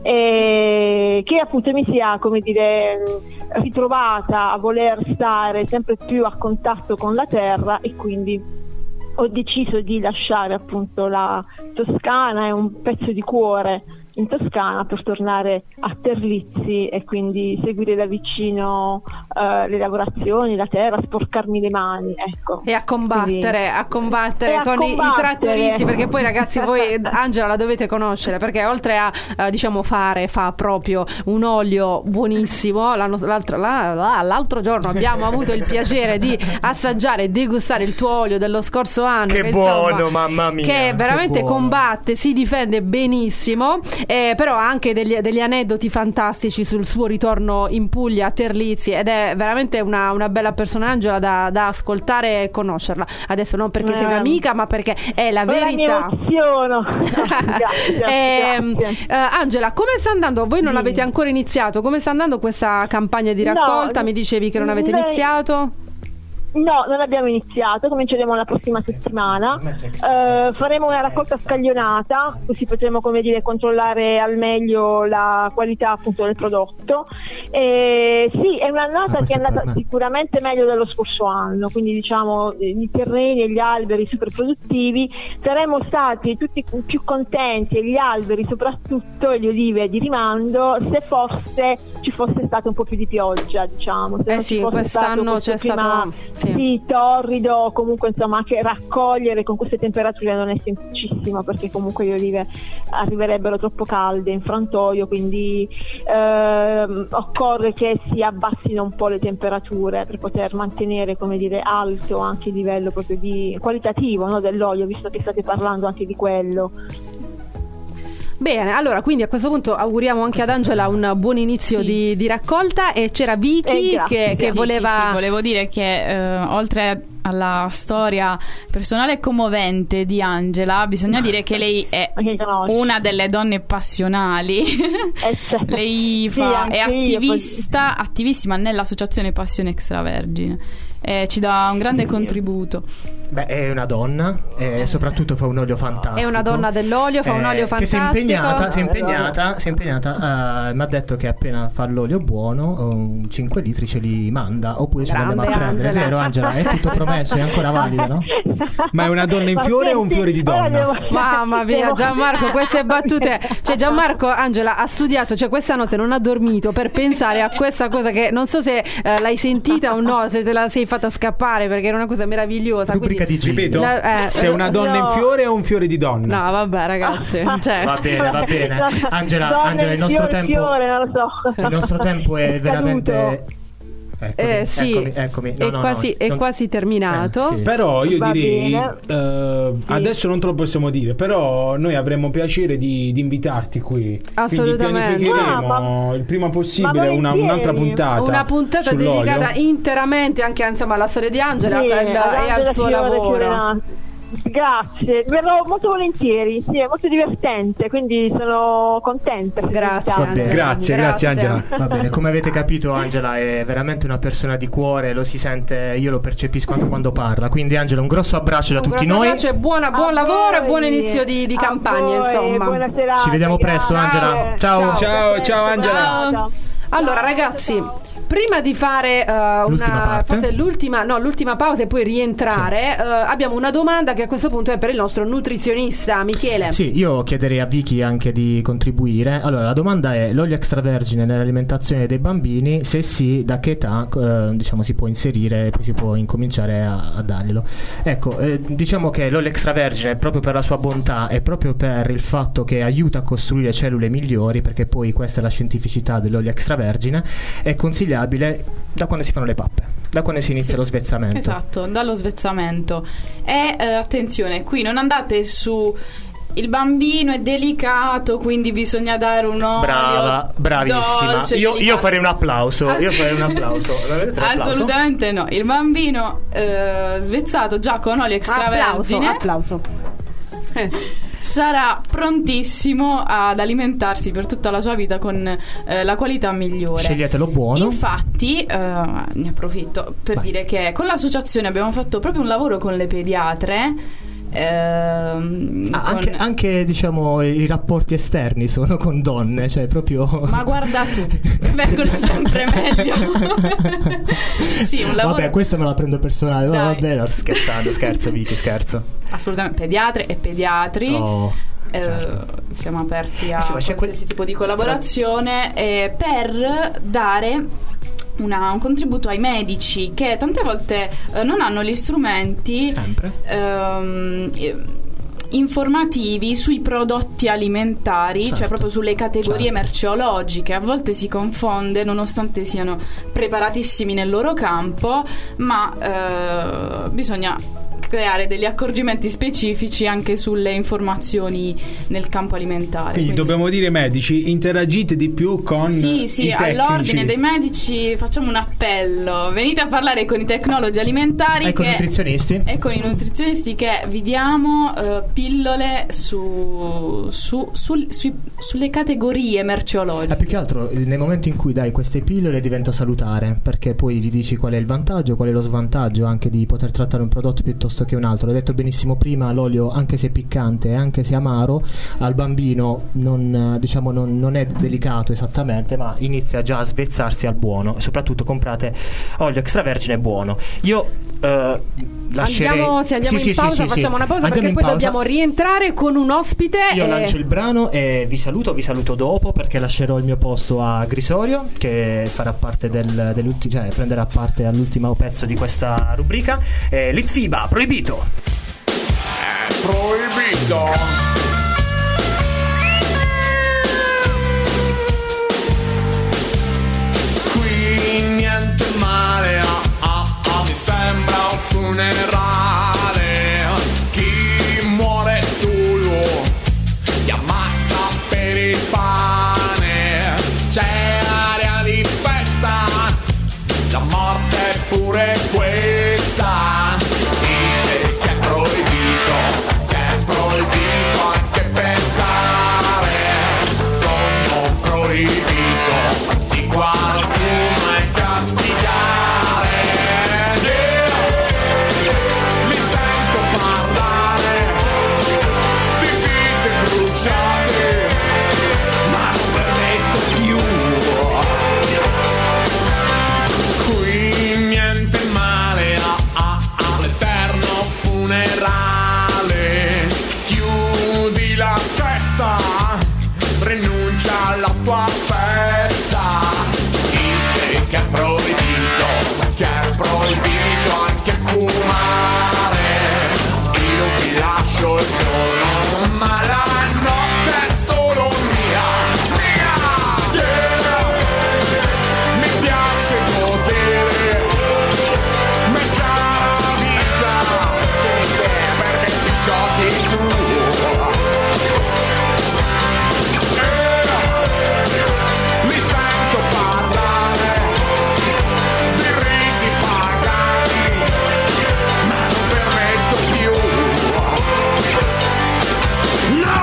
eh, che appunto mi sia, come dire, ritrovata a voler stare sempre più a contatto con la terra, e quindi ho deciso di lasciare appunto la Toscana e un pezzo di cuore in Toscana per tornare a Terlizzi e quindi seguire da vicino eh, le lavorazioni, la terra, sporcarmi le mani, ecco.
E a combattere, a combattere
E a
con i- i,
combattere.
trattoristi, perché poi ragazzi voi Angela la dovete conoscere, perché oltre a eh, diciamo fare, fa proprio un olio buonissimo. L'anno- l'altro, la- la- l'altro giorno abbiamo avuto il piacere di assaggiare e degustare il tuo olio dello scorso anno,
Che
insomma,
buono, mamma mia,
che veramente
che buono.
combatte, si difende benissimo, eh, però ha anche degli, degli aneddoti fantastici sul suo ritorno in Puglia, a Terlizzi, ed è veramente una, una bella persona, Angela, da, da ascoltare e conoscerla. Adesso non perché sei
Eh.
un'amica, ma perché è la
Ora mi
verità.
emoziono. Grazie,
Ehm,
grazie.
eh, Angela, come sta andando? Voi non
Dimmi.
avete ancora iniziato? Come sta andando questa campagna di
No,
raccolta? Mi dicevi che non avete
lei-
iniziato?
No, non abbiamo iniziato, cominceremo la prossima settimana. Eh, faremo una raccolta scaglionata, così potremo, come dire, controllare al meglio la qualità appunto del prodotto. E sì, è un'annata
Ah,
che è andata
per me.
sicuramente meglio dello scorso anno, quindi diciamo i terreni e gli alberi super produttivi. Saremmo stati tutti più contenti, e gli alberi soprattutto, e le olive di rimando, se fosse ci fosse stato un po' più di pioggia, diciamo. Se
Eh
non
sì,
ci fosse
quest'anno
stato questo
c'è
clima,
stato- sì.
sì, torrido, comunque insomma anche raccogliere con queste temperature non è semplicissimo, perché comunque le olive arriverebbero troppo calde in frantoio, quindi ehm, occorre che si abbassino un po' le temperature per poter mantenere, come dire, alto anche il livello proprio di qualitativo, no, dell'olio, visto che state parlando anche di quello.
Bene, allora quindi a questo punto auguriamo anche ad Angela un buon inizio
Sì.
di, di raccolta. E c'era Vicky
Eh, grazie.
che, che
Sì,
voleva...
sì, sì, volevo dire che eh, oltre alla storia personale e commovente di Angela, bisogna dire che lei è
Perché conosci.
una delle donne passionali.
Eh, sì.
Lei
Sì,
fa, è
anche io,
attivista, attivissima nell'associazione Passione Extravergine. Eh, ci dà un grande contributo.
Beh, è una donna e soprattutto fa un olio fantastico.
È una donna dell'olio, fa un olio
Eh, Che si è
fantastico.
impegnata, si è impegnata, si è impegnata. eh, mi ha detto che appena fa l'olio buono, um, cinque litri ce li manda, oppure ce li andiamo a
Grande
prendere.
Angela.
È vero, Angela? È tutto promesso, è ancora valido, no?
Ma è una donna in fiore o un fiore di
Ora
donna?
devo-
Mamma mia,
devo-
Gianmarco, queste battute. Cioè, Gianmarco, Angela ha studiato, cioè questa notte non ha dormito per pensare a questa cosa che non so se eh, l'hai sentita o no, se te la sei fatta scappare, perché era una cosa meravigliosa.
Rubrica
quindi-
di Gilli.
Ripeto,
La- eh,
se è una donna in
no.
fiore o un fiore di donna?
No, vabbè, ragazzi. Cioè,
Va bene, va bene. Angela,
Donne,
Angela, il nostro
fiore,
tempo
fiore, non lo so.
il nostro tempo è
È
veramente
caduto.
Eccomi,
Eh, sì,
eccomi, eccomi. No,
è,
no,
quasi,
no,
è
non-
quasi terminato.
Eh, sì.
Però io
Va
direi,
bene.
eh,
Sì.
adesso non te lo possiamo dire, però noi avremmo piacere di, di invitarti qui.
Assolutamente.
Quindi pianificheremo
Ah, ma-
il prima possibile
ma
una-
volentieri.
un'altra puntata.
Una puntata
sull'olio.
dedicata interamente anche insomma, alla storia di Angela
Sì,
e al-
ad
e al
Angela
suo
Fiore,
lavoro.
Fiorenati. Grazie, verrò molto volentieri, sì, è molto divertente, quindi sono contenta.
Grazie,
Va bene.
Grazie, grazie Angela.
Va bene, come avete capito Angela è veramente una persona di cuore, lo si sente, io lo percepisco anche quando parla. Quindi Angela, un grosso abbraccio da
Un
tutti
grosso
noi.
abbraccio e buona- buon
A
lavoro e
voi,
buon inizio di, di
a
campagna,
voi,
insomma.
buona serata,
Ci vediamo presto,
grazie.
Angela. Ciao.
Ciao, ciao, Angela.
Ciao.
Allora, ragazzi, prima di fare uh,
L'ultima
una
parte.
forse l'ultima, no, l'ultima pausa e poi rientrare, uh, abbiamo una domanda che a questo punto è per il nostro nutrizionista Michele.
Sì, io chiederei a Vicky anche di contribuire. Allora, la domanda è: l'olio extravergine nell'alimentazione dei bambini? Se sì, da che età eh, diciamo si può inserire e poi si può incominciare a, a darglielo? Ecco, eh, diciamo che l'olio extravergine, proprio per la sua bontà e proprio per il fatto che aiuta a costruire cellule migliori, perché poi questa è la scientificità dell'olio extravergine, è consigliabile da quando si fanno le pappe, da quando si inizia
Sì.
lo svezzamento.
Esatto, dallo svezzamento. E eh, attenzione, qui non andate su il bambino è delicato, quindi bisogna dare un olio
Brava, bravissima.
dolce,
Io, io
delicato.
farei un applauso. Io farei un applauso. Avete un applauso?
Assolutamente no. Il bambino eh, svezzato già con olio
Applauso,
extravergine
applauso. Eh.
sarà prontissimo ad alimentarsi per tutta la sua vita con eh, la qualità migliore.
Sceglietelo buono.
Infatti, eh, ne approfitto per
Vai.
dire che con l'associazione abbiamo fatto proprio un lavoro con le pediatre. ehm,
Ah,
con-
anche, anche diciamo i rapporti esterni sono con donne, cioè proprio.
Ma guarda tu, vengono sempre meglio. Sì, un lavoro.
Vabbè, questo me la prendo personale. No,
Dai.
vabbè, no, sto scherzando, scherzo, Vicky, scherzo.
Assolutamente, pediatre e pediatri.
Oh,
Eh,
certo.
siamo aperti a
Eh sì, ma c'è
qualsiasi
quel-
tipo di collaborazione eh, per dare una- un contributo ai medici che tante volte eh, non hanno gli strumenti
Sempre.
ehm, eh, informativi sui prodotti alimentari,
Certo.
cioè proprio sulle categorie
Certo.
merceologiche. A volte si confonde nonostante siano preparatissimi nel loro campo, ma eh, bisogna creare degli accorgimenti specifici anche sulle informazioni nel campo alimentare.
Quindi,
Quindi
dobbiamo dire, medici, interagite di più con
sì, sì,
i tecnici.
all'ordine dei medici facciamo un appello: venite a parlare con i tecnologi alimentari
E con i
che-
nutrizionisti.
e con i nutrizionisti, che vi diamo eh, pillole su, su, sul- sui- sulle categorie merceologiche.
Ma più che altro eh, nel momento in cui dai queste pillole diventa salutare, perché poi gli dici qual è il vantaggio, qual è lo svantaggio anche di poter trattare un prodotto piuttosto che un altro. L'hai detto benissimo prima, l'olio, anche se piccante, anche se amaro, al bambino non, eh, diciamo, non, non è delicato esattamente, ma inizia già a svezzarsi al buono. E soprattutto comprate olio extravergine buono. Io eh, lascerei...
Andiamo, se andiamo
Sì,
in
sì,
pausa,
sì, sì,
facciamo
sì.
una pausa
Andiamo
perché
in
poi
pausa.
dobbiamo rientrare con un ospite.
Io
e...
lancio il brano e vi saluto, vi saluto dopo, perché lascerò il mio posto a Grisorio, che farà parte del, dell'ultimo, cioè prenderà parte all'ultimo pezzo di questa rubrica. eh, Litfiba, proibito.
È proibito. Qui niente male, ah, ah, ah, mi sembra un funerale. Chi muore solo ti ammazza per il pane. C'è aria di festa, la morte è pure questa. Dice che è proibito, che è proibito anche pensare. Sogno proibito di qualcuno è castigare. Yeah. Mi sento parlare di vite bruciate, ma non permetto più. Qui niente male, ah, ah, ah, l'eterno funerale. Chiudi la testa, rinuncia alla tua festa. Dice che è proibito, che è proibito anche fumare. Io ti lascio il giorno, ma la notte è solo mia, mia. Yeah. Mi piace godere, mettere la vita, sì, sì, perché ci giochi tu. Eh, mi sento parlare di riti pagani, ma non permetto più. No!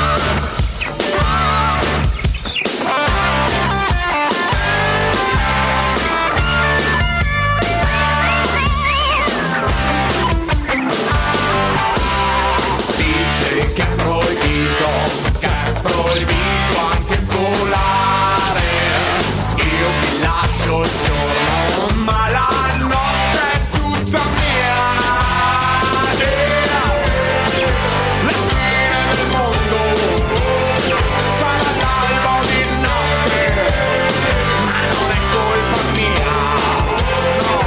Dice che è proibito, che è proibito anche volare. Io ti lascio il giorno, ma la notte è tutta mia. Yeah. La fine del mondo sarà l'alba di notte, ma non è colpa mia, no.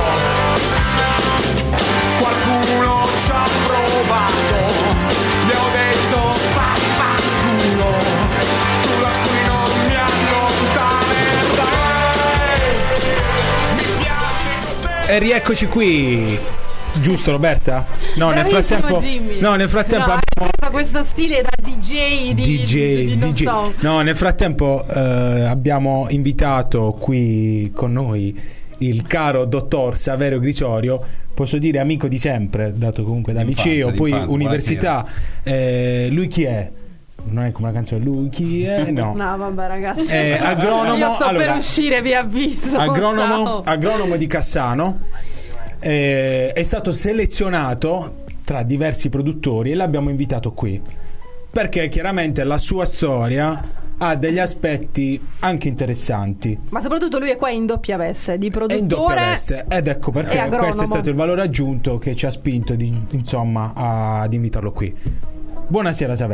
Qualcuno ci ha provato, le ho detto vaffanculo, tu da qui non mi allontanerai. Mi piace godere.
E rieccoci qui. Giusto, Roberta? No, nel
Bravissimo,
frattempo
Jimmy.
No, nel frattempo
No,
abbiamo
fa questo stile da D J di,
D J,
di- di- non
D J.
so.
No, nel frattempo eh, abbiamo invitato qui con noi il caro dottor Saverio Grisorio, posso dire amico di sempre, dato comunque da
D'infanzia,
liceo, poi
d'infanzia,
università. Eh, lui chi è? Non è come una canzone, lui chi è? No.
No, vabbè, ragazzi.
Eh, agronomo,
Io sto
allora,
per uscire, vi avviso.
agronomo,
Ciao.
agronomo di Cassano. Eh, è stato selezionato tra diversi produttori e l'abbiamo invitato qui perché chiaramente la sua storia ha degli aspetti anche interessanti.
Ma soprattutto lui è qua in doppia veste di
È
produttore.
in doppia veste ed ecco
e
perché
agronomo.
questo è stato il valore aggiunto che ci ha spinto di, insomma a- ad invitarlo qui. Buonasera Saverio.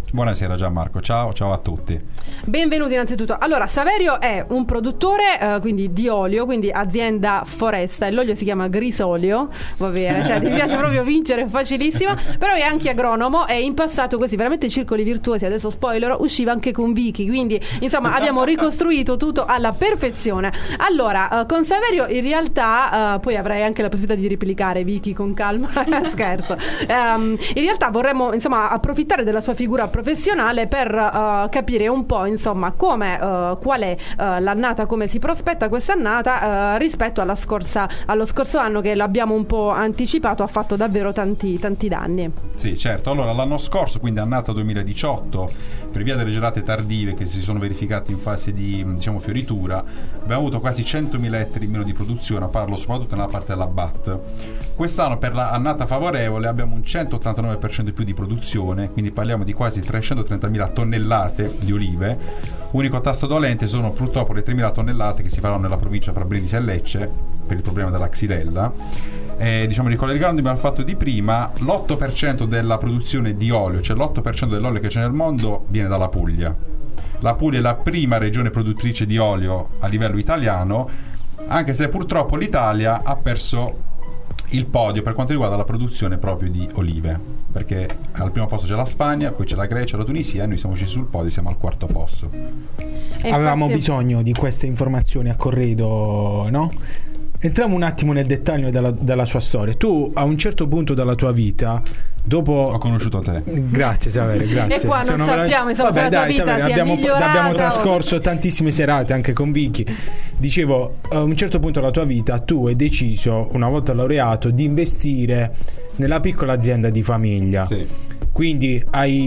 Buonasera Gianmarco, ciao, ciao a tutti.
Benvenuti innanzitutto. Allora, Saverio è un produttore eh, quindi di olio, quindi azienda Foresta, e l'olio si chiama Grisolio, va bene, cioè ti piace proprio vincere, facilissimo, però è anche agronomo e in passato questi veramente circoli virtuosi, adesso spoiler, usciva anche con Vicky, quindi insomma abbiamo ricostruito tutto alla perfezione. Allora, eh, con Saverio in realtà eh, poi avrai anche la possibilità di replicare Vicky con calma, scherzo. Um, in realtà vorremmo insomma approfittare della sua figura professionale per uh, capire un po' insomma come uh, qual è uh, l'annata, come si prospetta quest'annata uh, rispetto alla scorsa, allo scorso anno che l'abbiamo un po' anticipato, ha fatto davvero tanti, tanti danni.
Sì, certo. Allora, l'anno scorso, quindi annata duemiladiciotto, per via delle gelate tardive che si sono verificate in fase di, diciamo, fioritura, abbiamo avuto quasi centomila ettari in meno di produzione, parlo soprattutto nella parte della B A T. Quest'anno, per l'annata favorevole, abbiamo un centottantanove per cento in più di produzione, quindi parliamo di quasi trecentotrentamila tonnellate di olive. Unico tasto dolente sono purtroppo le tremila tonnellate che si faranno nella provincia tra Brindisi e Lecce per il problema della xylella. Eh, diciamo, ricollegandomi al fatto di prima, l'otto per cento della produzione di olio, cioè l'otto per cento dell'olio che c'è nel mondo, viene dalla Puglia. La Puglia è la prima regione produttrice di olio a livello italiano, anche se purtroppo l'Italia ha perso il podio per quanto riguarda la produzione proprio di olive, perché al primo posto c'è la Spagna, poi c'è la Grecia, la Tunisia, e noi siamo scesi sul podio, siamo al quarto posto.
E
Avevamo
infatti...
bisogno di queste informazioni a corredo, no? Entriamo un attimo nel dettaglio della, della sua storia. Tu a un certo punto della tua vita, dopo
ho conosciuto te.
Grazie Saverio, grazie.
E qua non
Sono
sappiamo insomma,
Vabbè,
se la tua
dai,
vita
Saverio,
sia
abbiamo,
migliorata
abbiamo
o-
trascorso tantissime serate anche con Vicky. Dicevo, a un certo punto della tua vita tu hai deciso, una volta laureato, di investire nella piccola azienda di famiglia.
Sì.
Quindi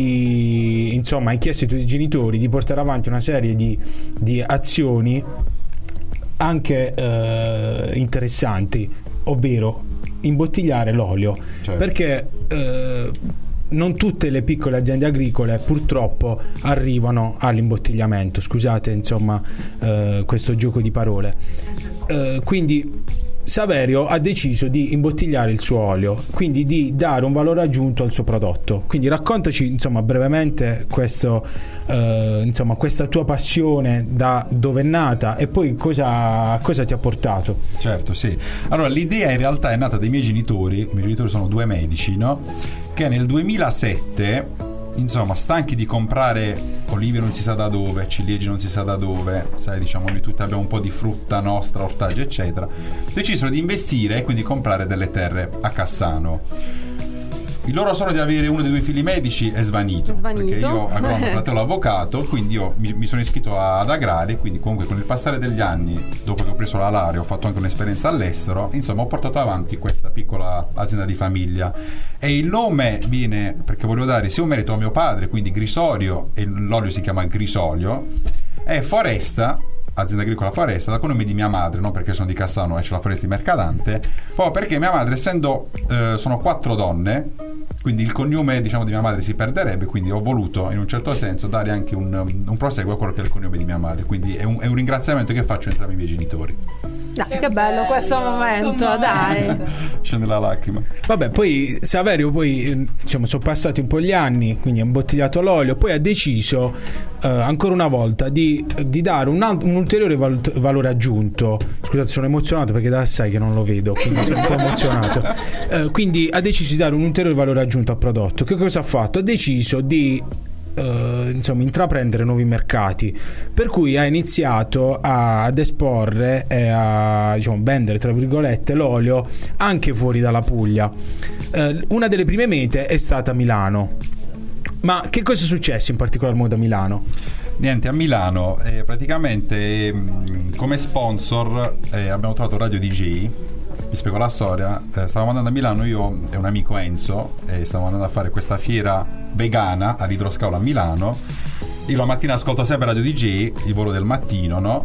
hai, insomma, hai chiesto ai tuoi genitori di portare avanti una serie di, di azioni anche eh, interessanti, ovvero imbottigliare l'olio.
Certo.
Perché eh, non tutte le piccole aziende agricole purtroppo arrivano all'imbottigliamento. Scusate insomma eh, questo gioco di parole. Eh, quindi Saverio ha deciso di imbottigliare il suo olio, quindi di dare un valore aggiunto al suo prodotto. Quindi raccontaci insomma brevemente questo, eh, insomma, questa tua passione, da dove è nata e poi cosa, cosa ti ha portato.
Certo, sì. Allora, l'idea in realtà è nata dai miei genitori. I miei genitori sono due medici, no? Che nel duemilasette, insomma, stanchi di comprare olive non si sa da dove, ciliegie non si sa da dove, sai, diciamo, noi tutti abbiamo un po' di frutta nostra, ortaggi eccetera, decisero di investire e quindi comprare delle terre a Cassano. Il loro sogno di avere uno dei due figli medici è svanito,
È svanito.
perché io agronomo, fratello avvocato, quindi io mi, mi sono iscritto a- ad Agrari, quindi comunque con il passare degli anni, dopo che ho preso la laurea, ho fatto anche un'esperienza all'estero, insomma ho portato avanti questa piccola azienda di famiglia. E il nome viene, perché volevo dare sia un merito a mio padre, quindi Grisolio, e l'olio si chiama Grisolio, e Foresta, azienda agricola Foresta, dal cognome di mia madre, non perché sono di Cassano e c'è la Foresta di Mercadante, poi perché mia madre, essendo eh, sono quattro donne, quindi il cognome, diciamo, di mia madre si perderebbe, quindi ho voluto in un certo senso dare anche un, un proseguo a quello che è il cognome di mia madre, quindi è un, è un ringraziamento che faccio a entrambi i miei genitori.
Dai, che, bello questo momento, dai.
Scende la lacrima.
Vabbè, poi Saverio poi eh, diciamo sono passati un po' gli anni, quindi ha imbottigliato l'olio, poi ha deciso eh, ancora una volta di, di dare un, alt- un ulteriore val- valore aggiunto. Scusate, sono emozionato perché da assai che non lo vedo, quindi sono un po' emozionato. Eh, quindi ha deciso di dare un ulteriore valore aggiunto al prodotto. Che cosa ha fatto? Ha deciso di Uh, insomma intraprendere nuovi mercati, per cui ha iniziato a, ad esporre e a, diciamo, vendere tra virgolette l'olio anche fuori dalla Puglia. Uh, una delle prime mete è stata Milano. Ma che cosa è successo in particolar modo a Milano?
Niente, a Milano eh, praticamente mh, come sponsor eh, abbiamo trovato Radio D J. Vi spiego la storia. Eh, stavamo andando a Milano, io e un amico Enzo, e stavamo andando a fare questa fiera vegana all'Idroscalo a Milano. Io la mattina ascolto sempre Radio D J, il volo del mattino, no?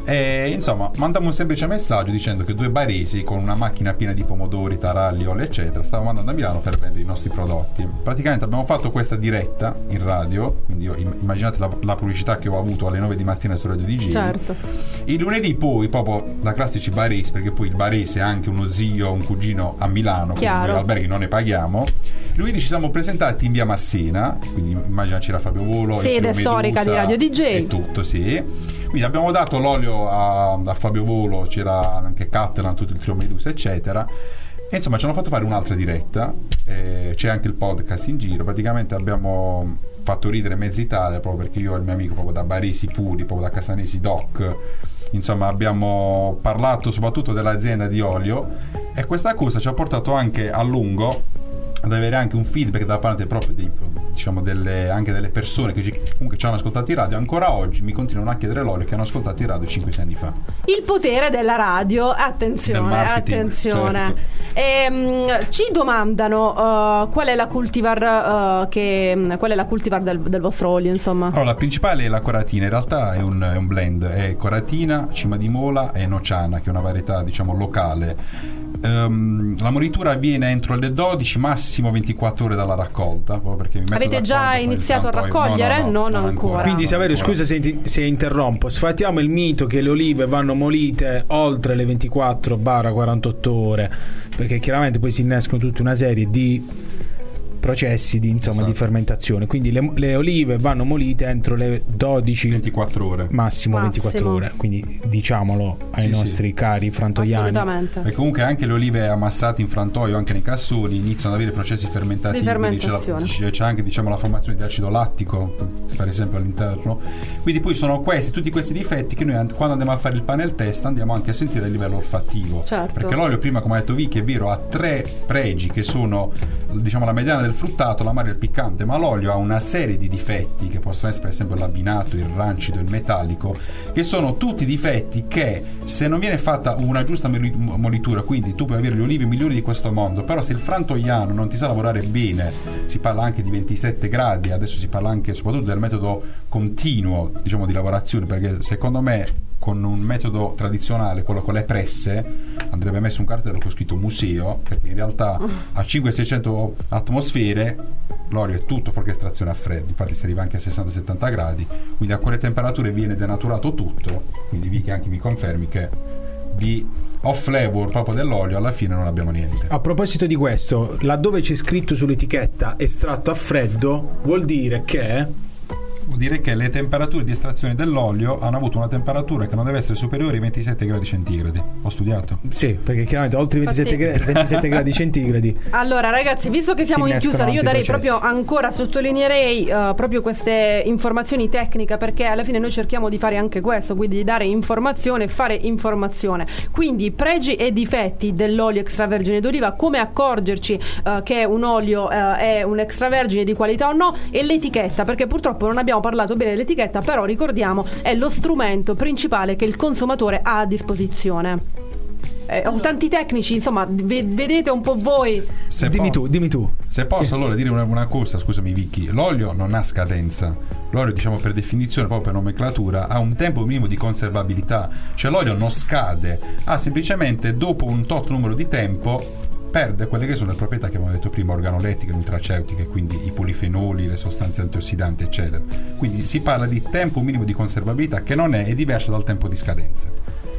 E insomma, mandiamo un semplice messaggio dicendo che due baresi con una macchina piena di pomodori, taralli, olio eccetera stavamo andando a Milano per vendere i nostri prodotti. Praticamente abbiamo fatto questa diretta in radio, quindi io, immaginate la, la pubblicità che ho avuto alle nove di mattina su Radio D J.
Certo.
Il lunedì poi, proprio da classici baresi, perché poi il barese è anche uno zio, un cugino a Milano, quindi
Chiaro.
noi alberghi non ne paghiamo. Lunedì ci siamo presentati in via Massena, quindi immagina c'era Fabio Volo, il
Sede
trio
storica
Medusa
di Radio D J.
e tutto, sì. Quindi abbiamo dato l'olio a, a Fabio Volo, c'era anche Catalan, tutto il trio Medusa eccetera, e insomma ci hanno fatto fare un'altra diretta, eh, c'è anche il podcast in giro. Praticamente abbiamo fatto ridere mezza Italia, proprio perché io e il mio amico proprio da baresi puri, proprio da casanesi doc, insomma abbiamo parlato soprattutto dell'azienda di olio, e questa cosa ci ha portato anche a lungo ad avere anche un feedback da parte proprio dei, diciamo delle, anche delle persone che ci, comunque ci hanno ascoltato in radio. Ancora oggi mi continuano a chiedere l'olio che hanno ascoltato in radio cinque sei anni fa.
Il potere della radio, attenzione,
Del marketing,
attenzione.
certo.
Ehm, ci domandano uh, qual è la cultivar uh, che qual è la cultivar del, del vostro olio, insomma.
Allora, la principale è la coratina, in realtà è un, è un blend, è coratina, cima di mola e nociana, che è una varietà diciamo locale. Um, la moritura avviene entro le dodici, massimo ventiquattro ore dalla raccolta, proprio perché mi metto
Avete già
d'accordo con il
iniziato a
frantoio.
raccogliere?
No, no, no,
Non ancora.
Quindi Saverio,
ancora.
scusa se, ti- se interrompo, sfatiamo il mito che le olive vanno molite oltre le ventiquattro quarantotto ore, perché chiaramente poi si innescono tutta una serie di processi di, insomma,
Esatto.
di fermentazione. Quindi le, le olive vanno molite entro le dodici
ventiquattro ore.
massimo,
Massimo.
ventiquattro ore, quindi diciamolo ai
Sì,
nostri
sì.
cari frantoiani.
Assolutamente.
E comunque anche le olive ammassate in frantoio, anche nei cassoni, iniziano ad avere processi fermentativi.
Di
quindi c'è, la-
fermentazione.
c'è anche diciamo la formazione di acido lattico, per esempio all'interno. Quindi poi sono questi, tutti questi difetti che noi and- quando andiamo a fare il panel test andiamo anche a sentire a livello olfattivo.
Certo.
Perché l'olio, prima come ha detto Vicky, è vero, ha tre pregi che sono diciamo la mediana del fruttato, l'amaro e il piccante, ma l'olio ha una serie di difetti che possono essere per esempio l'abbinato, il rancido, il metallico, che sono tutti difetti che se non viene fatta una giusta moli- molitura, quindi tu puoi avere le olive migliori di questo mondo, però se il frantoiano non ti sa lavorare bene, si parla anche di ventisette gradi, adesso si parla anche soprattutto del metodo continuo diciamo di lavorazione, perché secondo me con un metodo tradizionale, quello con le presse, andrebbe messo un cartello con scritto museo, perché in realtà a cinquecento seicento atmosfere l'olio è tutto fuorché estrazione a freddo, infatti si arriva anche a sessanta settanta gradi, quindi a quelle temperature viene denaturato tutto, quindi Vicky anche mi confermi che di off flavor proprio dell'olio alla fine non abbiamo niente.
A proposito di questo, laddove c'è scritto sull'etichetta estratto a freddo, vuol dire che
Vuol dire che le temperature di estrazione dell'olio hanno avuto una temperatura che non deve essere superiore ai ventisette gradi centigradi. Ho studiato?
sì, perché chiaramente oltre i ventisette,
Infatti-
gra- ventisette gradi centigradi
Allora ragazzi, visto che siamo
Si
in
innescano
chiusura, io
altri
darei
processi.
proprio ancora, sottolineerei eh, proprio queste informazioni tecniche, perché alla fine noi cerchiamo di fare anche questo, quindi di dare informazione e fare informazione. Quindi pregi e difetti dell'olio extravergine d'oliva, come accorgerci eh, che un olio eh, è un extravergine di qualità o no, e l'etichetta, perché purtroppo non abbiamo parlato bene dell'etichetta, però ricordiamo è lo strumento principale che il consumatore ha a disposizione. Eh, ho tanti tecnici, insomma, ve- vedete un po' voi.
Se
dimmi
po-
tu, dimmi tu.
Se posso allora dire una, una cosa, scusami Vicky, l'olio non ha scadenza. L'olio, diciamo per definizione, proprio per nomenclatura, ha un tempo minimo di conservabilità, cioè l'olio non scade, ha semplicemente dopo un tot numero di tempo perde quelle che sono le proprietà che abbiamo detto prima, organolettiche, nutraceutiche, quindi i polifenoli, le sostanze antiossidanti eccetera. Quindi si parla di tempo minimo di conservabilità che non è, è diverso dal tempo di scadenza.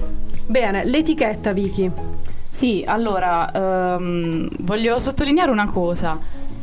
Bene, l'etichetta, Vicky.
Sì, allora ehm, voglio sottolineare una cosa.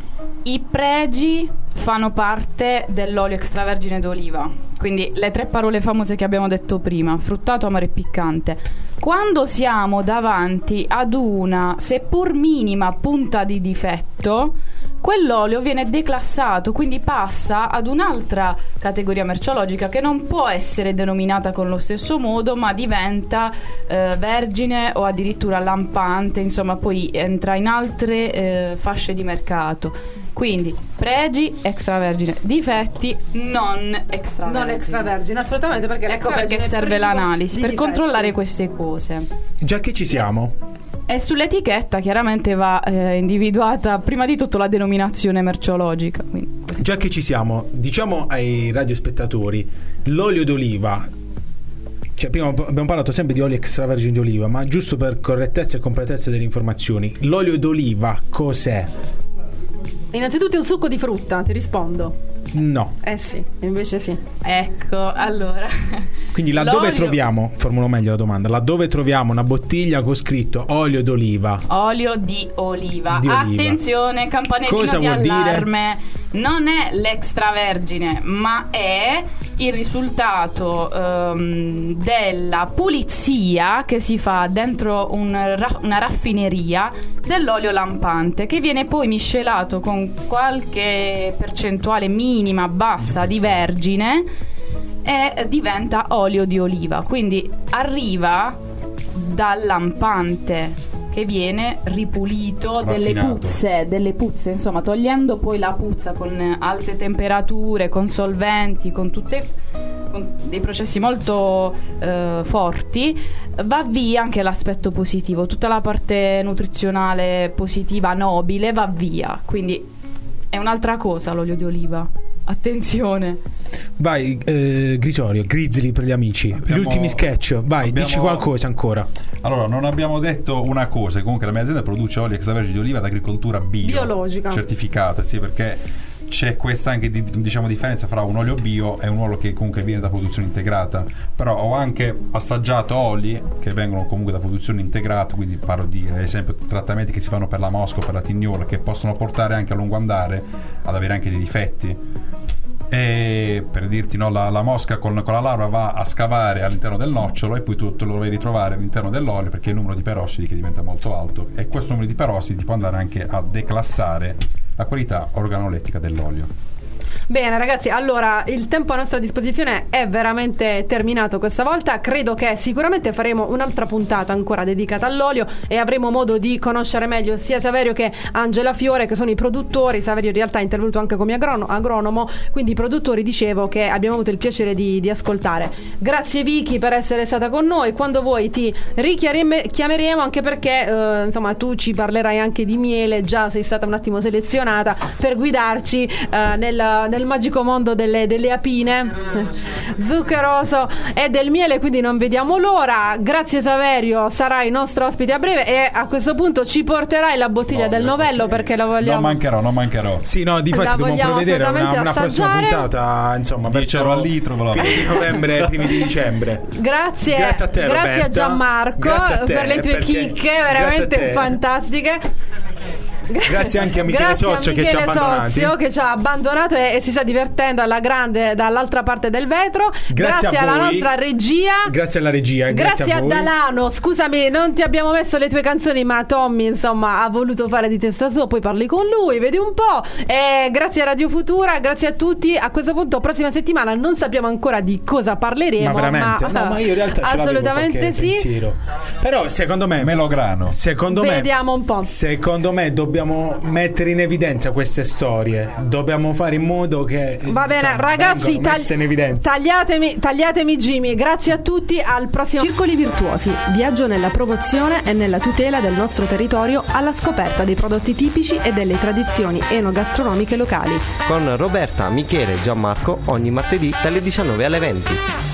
I pregi fanno parte dell'olio extravergine d'oliva, quindi le tre parole famose che abbiamo detto prima: fruttato, amaro e piccante. Quando siamo davanti ad una seppur minima punta di difetto, quell'olio viene declassato, quindi passa ad un'altra categoria merceologica che non può essere denominata con lo stesso modo, ma diventa eh, vergine o addirittura lampante, insomma poi entra in altre eh, fasce di mercato. Quindi pregi extravergine, difetti non extravergine.
Non extravergine, assolutamente, perché
Ecco perché
l'extravergine è
serve
privo
l'analisi
di
per
difetti.
controllare queste cose.
Già che ci siamo,
E sull'etichetta chiaramente va eh, individuata prima di tutto la denominazione merceologica. Quindi.
già che ci siamo, diciamo ai radiospettatori, l'olio d'oliva Cioè, prima abbiamo parlato sempre di olio extravergine di oliva, ma giusto per correttezza e completezza delle informazioni, l'olio d'oliva cos'è?
Innanzitutto è un succo di frutta, ti rispondo.
No.
Eh sì, invece sì.
Ecco, allora.
Quindi laddove
L'olio-
troviamo, formulo meglio la domanda, laddove troviamo una bottiglia con scritto olio d'oliva?
Olio di oliva.
Di oliva.
Attenzione, campanellina
Cosa
di
vuol dire?
allarme. Non è l'extravergine, ma è il risultato ehm, della pulizia che si fa dentro un ra- una raffineria dell'olio lampante, che viene poi miscelato con qualche percentuale minima, bassa di vergine e diventa olio di oliva. Quindi arriva dal lampante che viene ripulito delle
Raffinato.
puzze, delle puzze, insomma, togliendo poi la puzza con alte temperature, con solventi, con tutte con dei processi molto eh, forti, va via anche l'aspetto positivo, tutta la parte nutrizionale positiva, nobile, va via. Quindi è un'altra cosa l'olio di oliva. Attenzione.
Vai, eh, Grisorio, Grizzly per gli amici.
Abbiamo-
Gli ultimi sketch. Vai,
abbiamo-
dici qualcosa ancora.
Allora, non abbiamo detto una cosa. Comunque la mia azienda produce olio extravergine di oliva d'agricoltura bio,
Biologica.
certificata, sì, perché c'è questa anche di- diciamo differenza fra un olio bio e un olio che comunque viene da produzione integrata. Però ho anche assaggiato oli che vengono comunque da produzione integrata, quindi parlo di ad esempio trattamenti che si fanno per la mosca o per la tignola, che possono portare anche a lungo andare ad avere anche dei difetti. E per dirti, no, la, la mosca con, con la larva va a scavare all'interno del nocciolo e poi tu te lo devi ritrovare all'interno dell'olio, perché il numero di perossidi che diventa molto alto, e questo numero di perossidi può andare anche a declassare la qualità organolettica dell'olio.
Bene ragazzi, allora il tempo a nostra disposizione è veramente terminato questa volta. Credo che sicuramente faremo un'altra puntata ancora dedicata all'olio e avremo modo di conoscere meglio sia Saverio che Angela Fiore, che sono i produttori. Saverio in realtà è intervenuto anche come agrono- agronomo, quindi i produttori, dicevo, che abbiamo avuto il piacere di, di ascoltare. Grazie Vicky per essere stata con noi. Quando vuoi ti richiameremo, anche perché eh, insomma tu ci parlerai anche di miele. Già sei stata un attimo selezionata per guidarci eh, nel nel magico mondo delle, delle apine zuccheroso e del miele, quindi non vediamo l'ora. Grazie Saverio, sarai nostro ospite a breve e a questo punto ci porterai la bottiglia
No,
del novello,
ok.
perché la vogliamo.
Non mancherò, non mancherò.
Sì, no, difatti
La
dobbiamo
vogliamo
prevedere una,
assolutamente
una prossima
assaggiare.
puntata, insomma,
Dieci euro
verso
al litro, ve lo
fine di
dico.
novembre, primi di dicembre.
Grazie,
Grazie a te,
grazie a
Roberta.
Gianmarco
Grazie a te,
per le tue
perché-
chicche
grazie a
veramente
te.
fantastiche.
Grazie anche a Michele
Grazie
Sozio
a
che ci ha
Michele
abbandonati.
Sozio che ci ha abbandonato e, e si sta divertendo alla grande dall'altra parte del vetro.
Grazie a
alla
voi.
nostra regia.
Grazie alla regia, grazie,
Grazie
a
a,
voi.
Dalano, scusami, non ti abbiamo messo le tue canzoni, ma Tommy, insomma, ha voluto fare di testa sua, poi parli con lui, vedi un po'. E grazie a Radio Futura, grazie a tutti. A questo punto, prossima settimana non sappiamo ancora di cosa parleremo.
Ma veramente?
Ma,
no, ma io in realtà ce l'avevo
assolutamente
qualche
sì.
pensiero. Però secondo me
Melograno.
Secondo me
Vediamo un po'.
Secondo me dobbiamo mettere in evidenza queste storie. Dobbiamo fare in modo che
Va bene,
insomma,
ragazzi,
vengano
tagli-
messe in evidenza.
tagliatemi, tagliatemi Jimmy. Grazie a tutti, al prossimo
Circoli virtuosi, viaggio nella promozione e nella tutela del nostro territorio alla scoperta dei prodotti tipici e delle tradizioni enogastronomiche locali.
Con Roberta, Michele e Gianmarco ogni martedì dalle diciannove alle venti.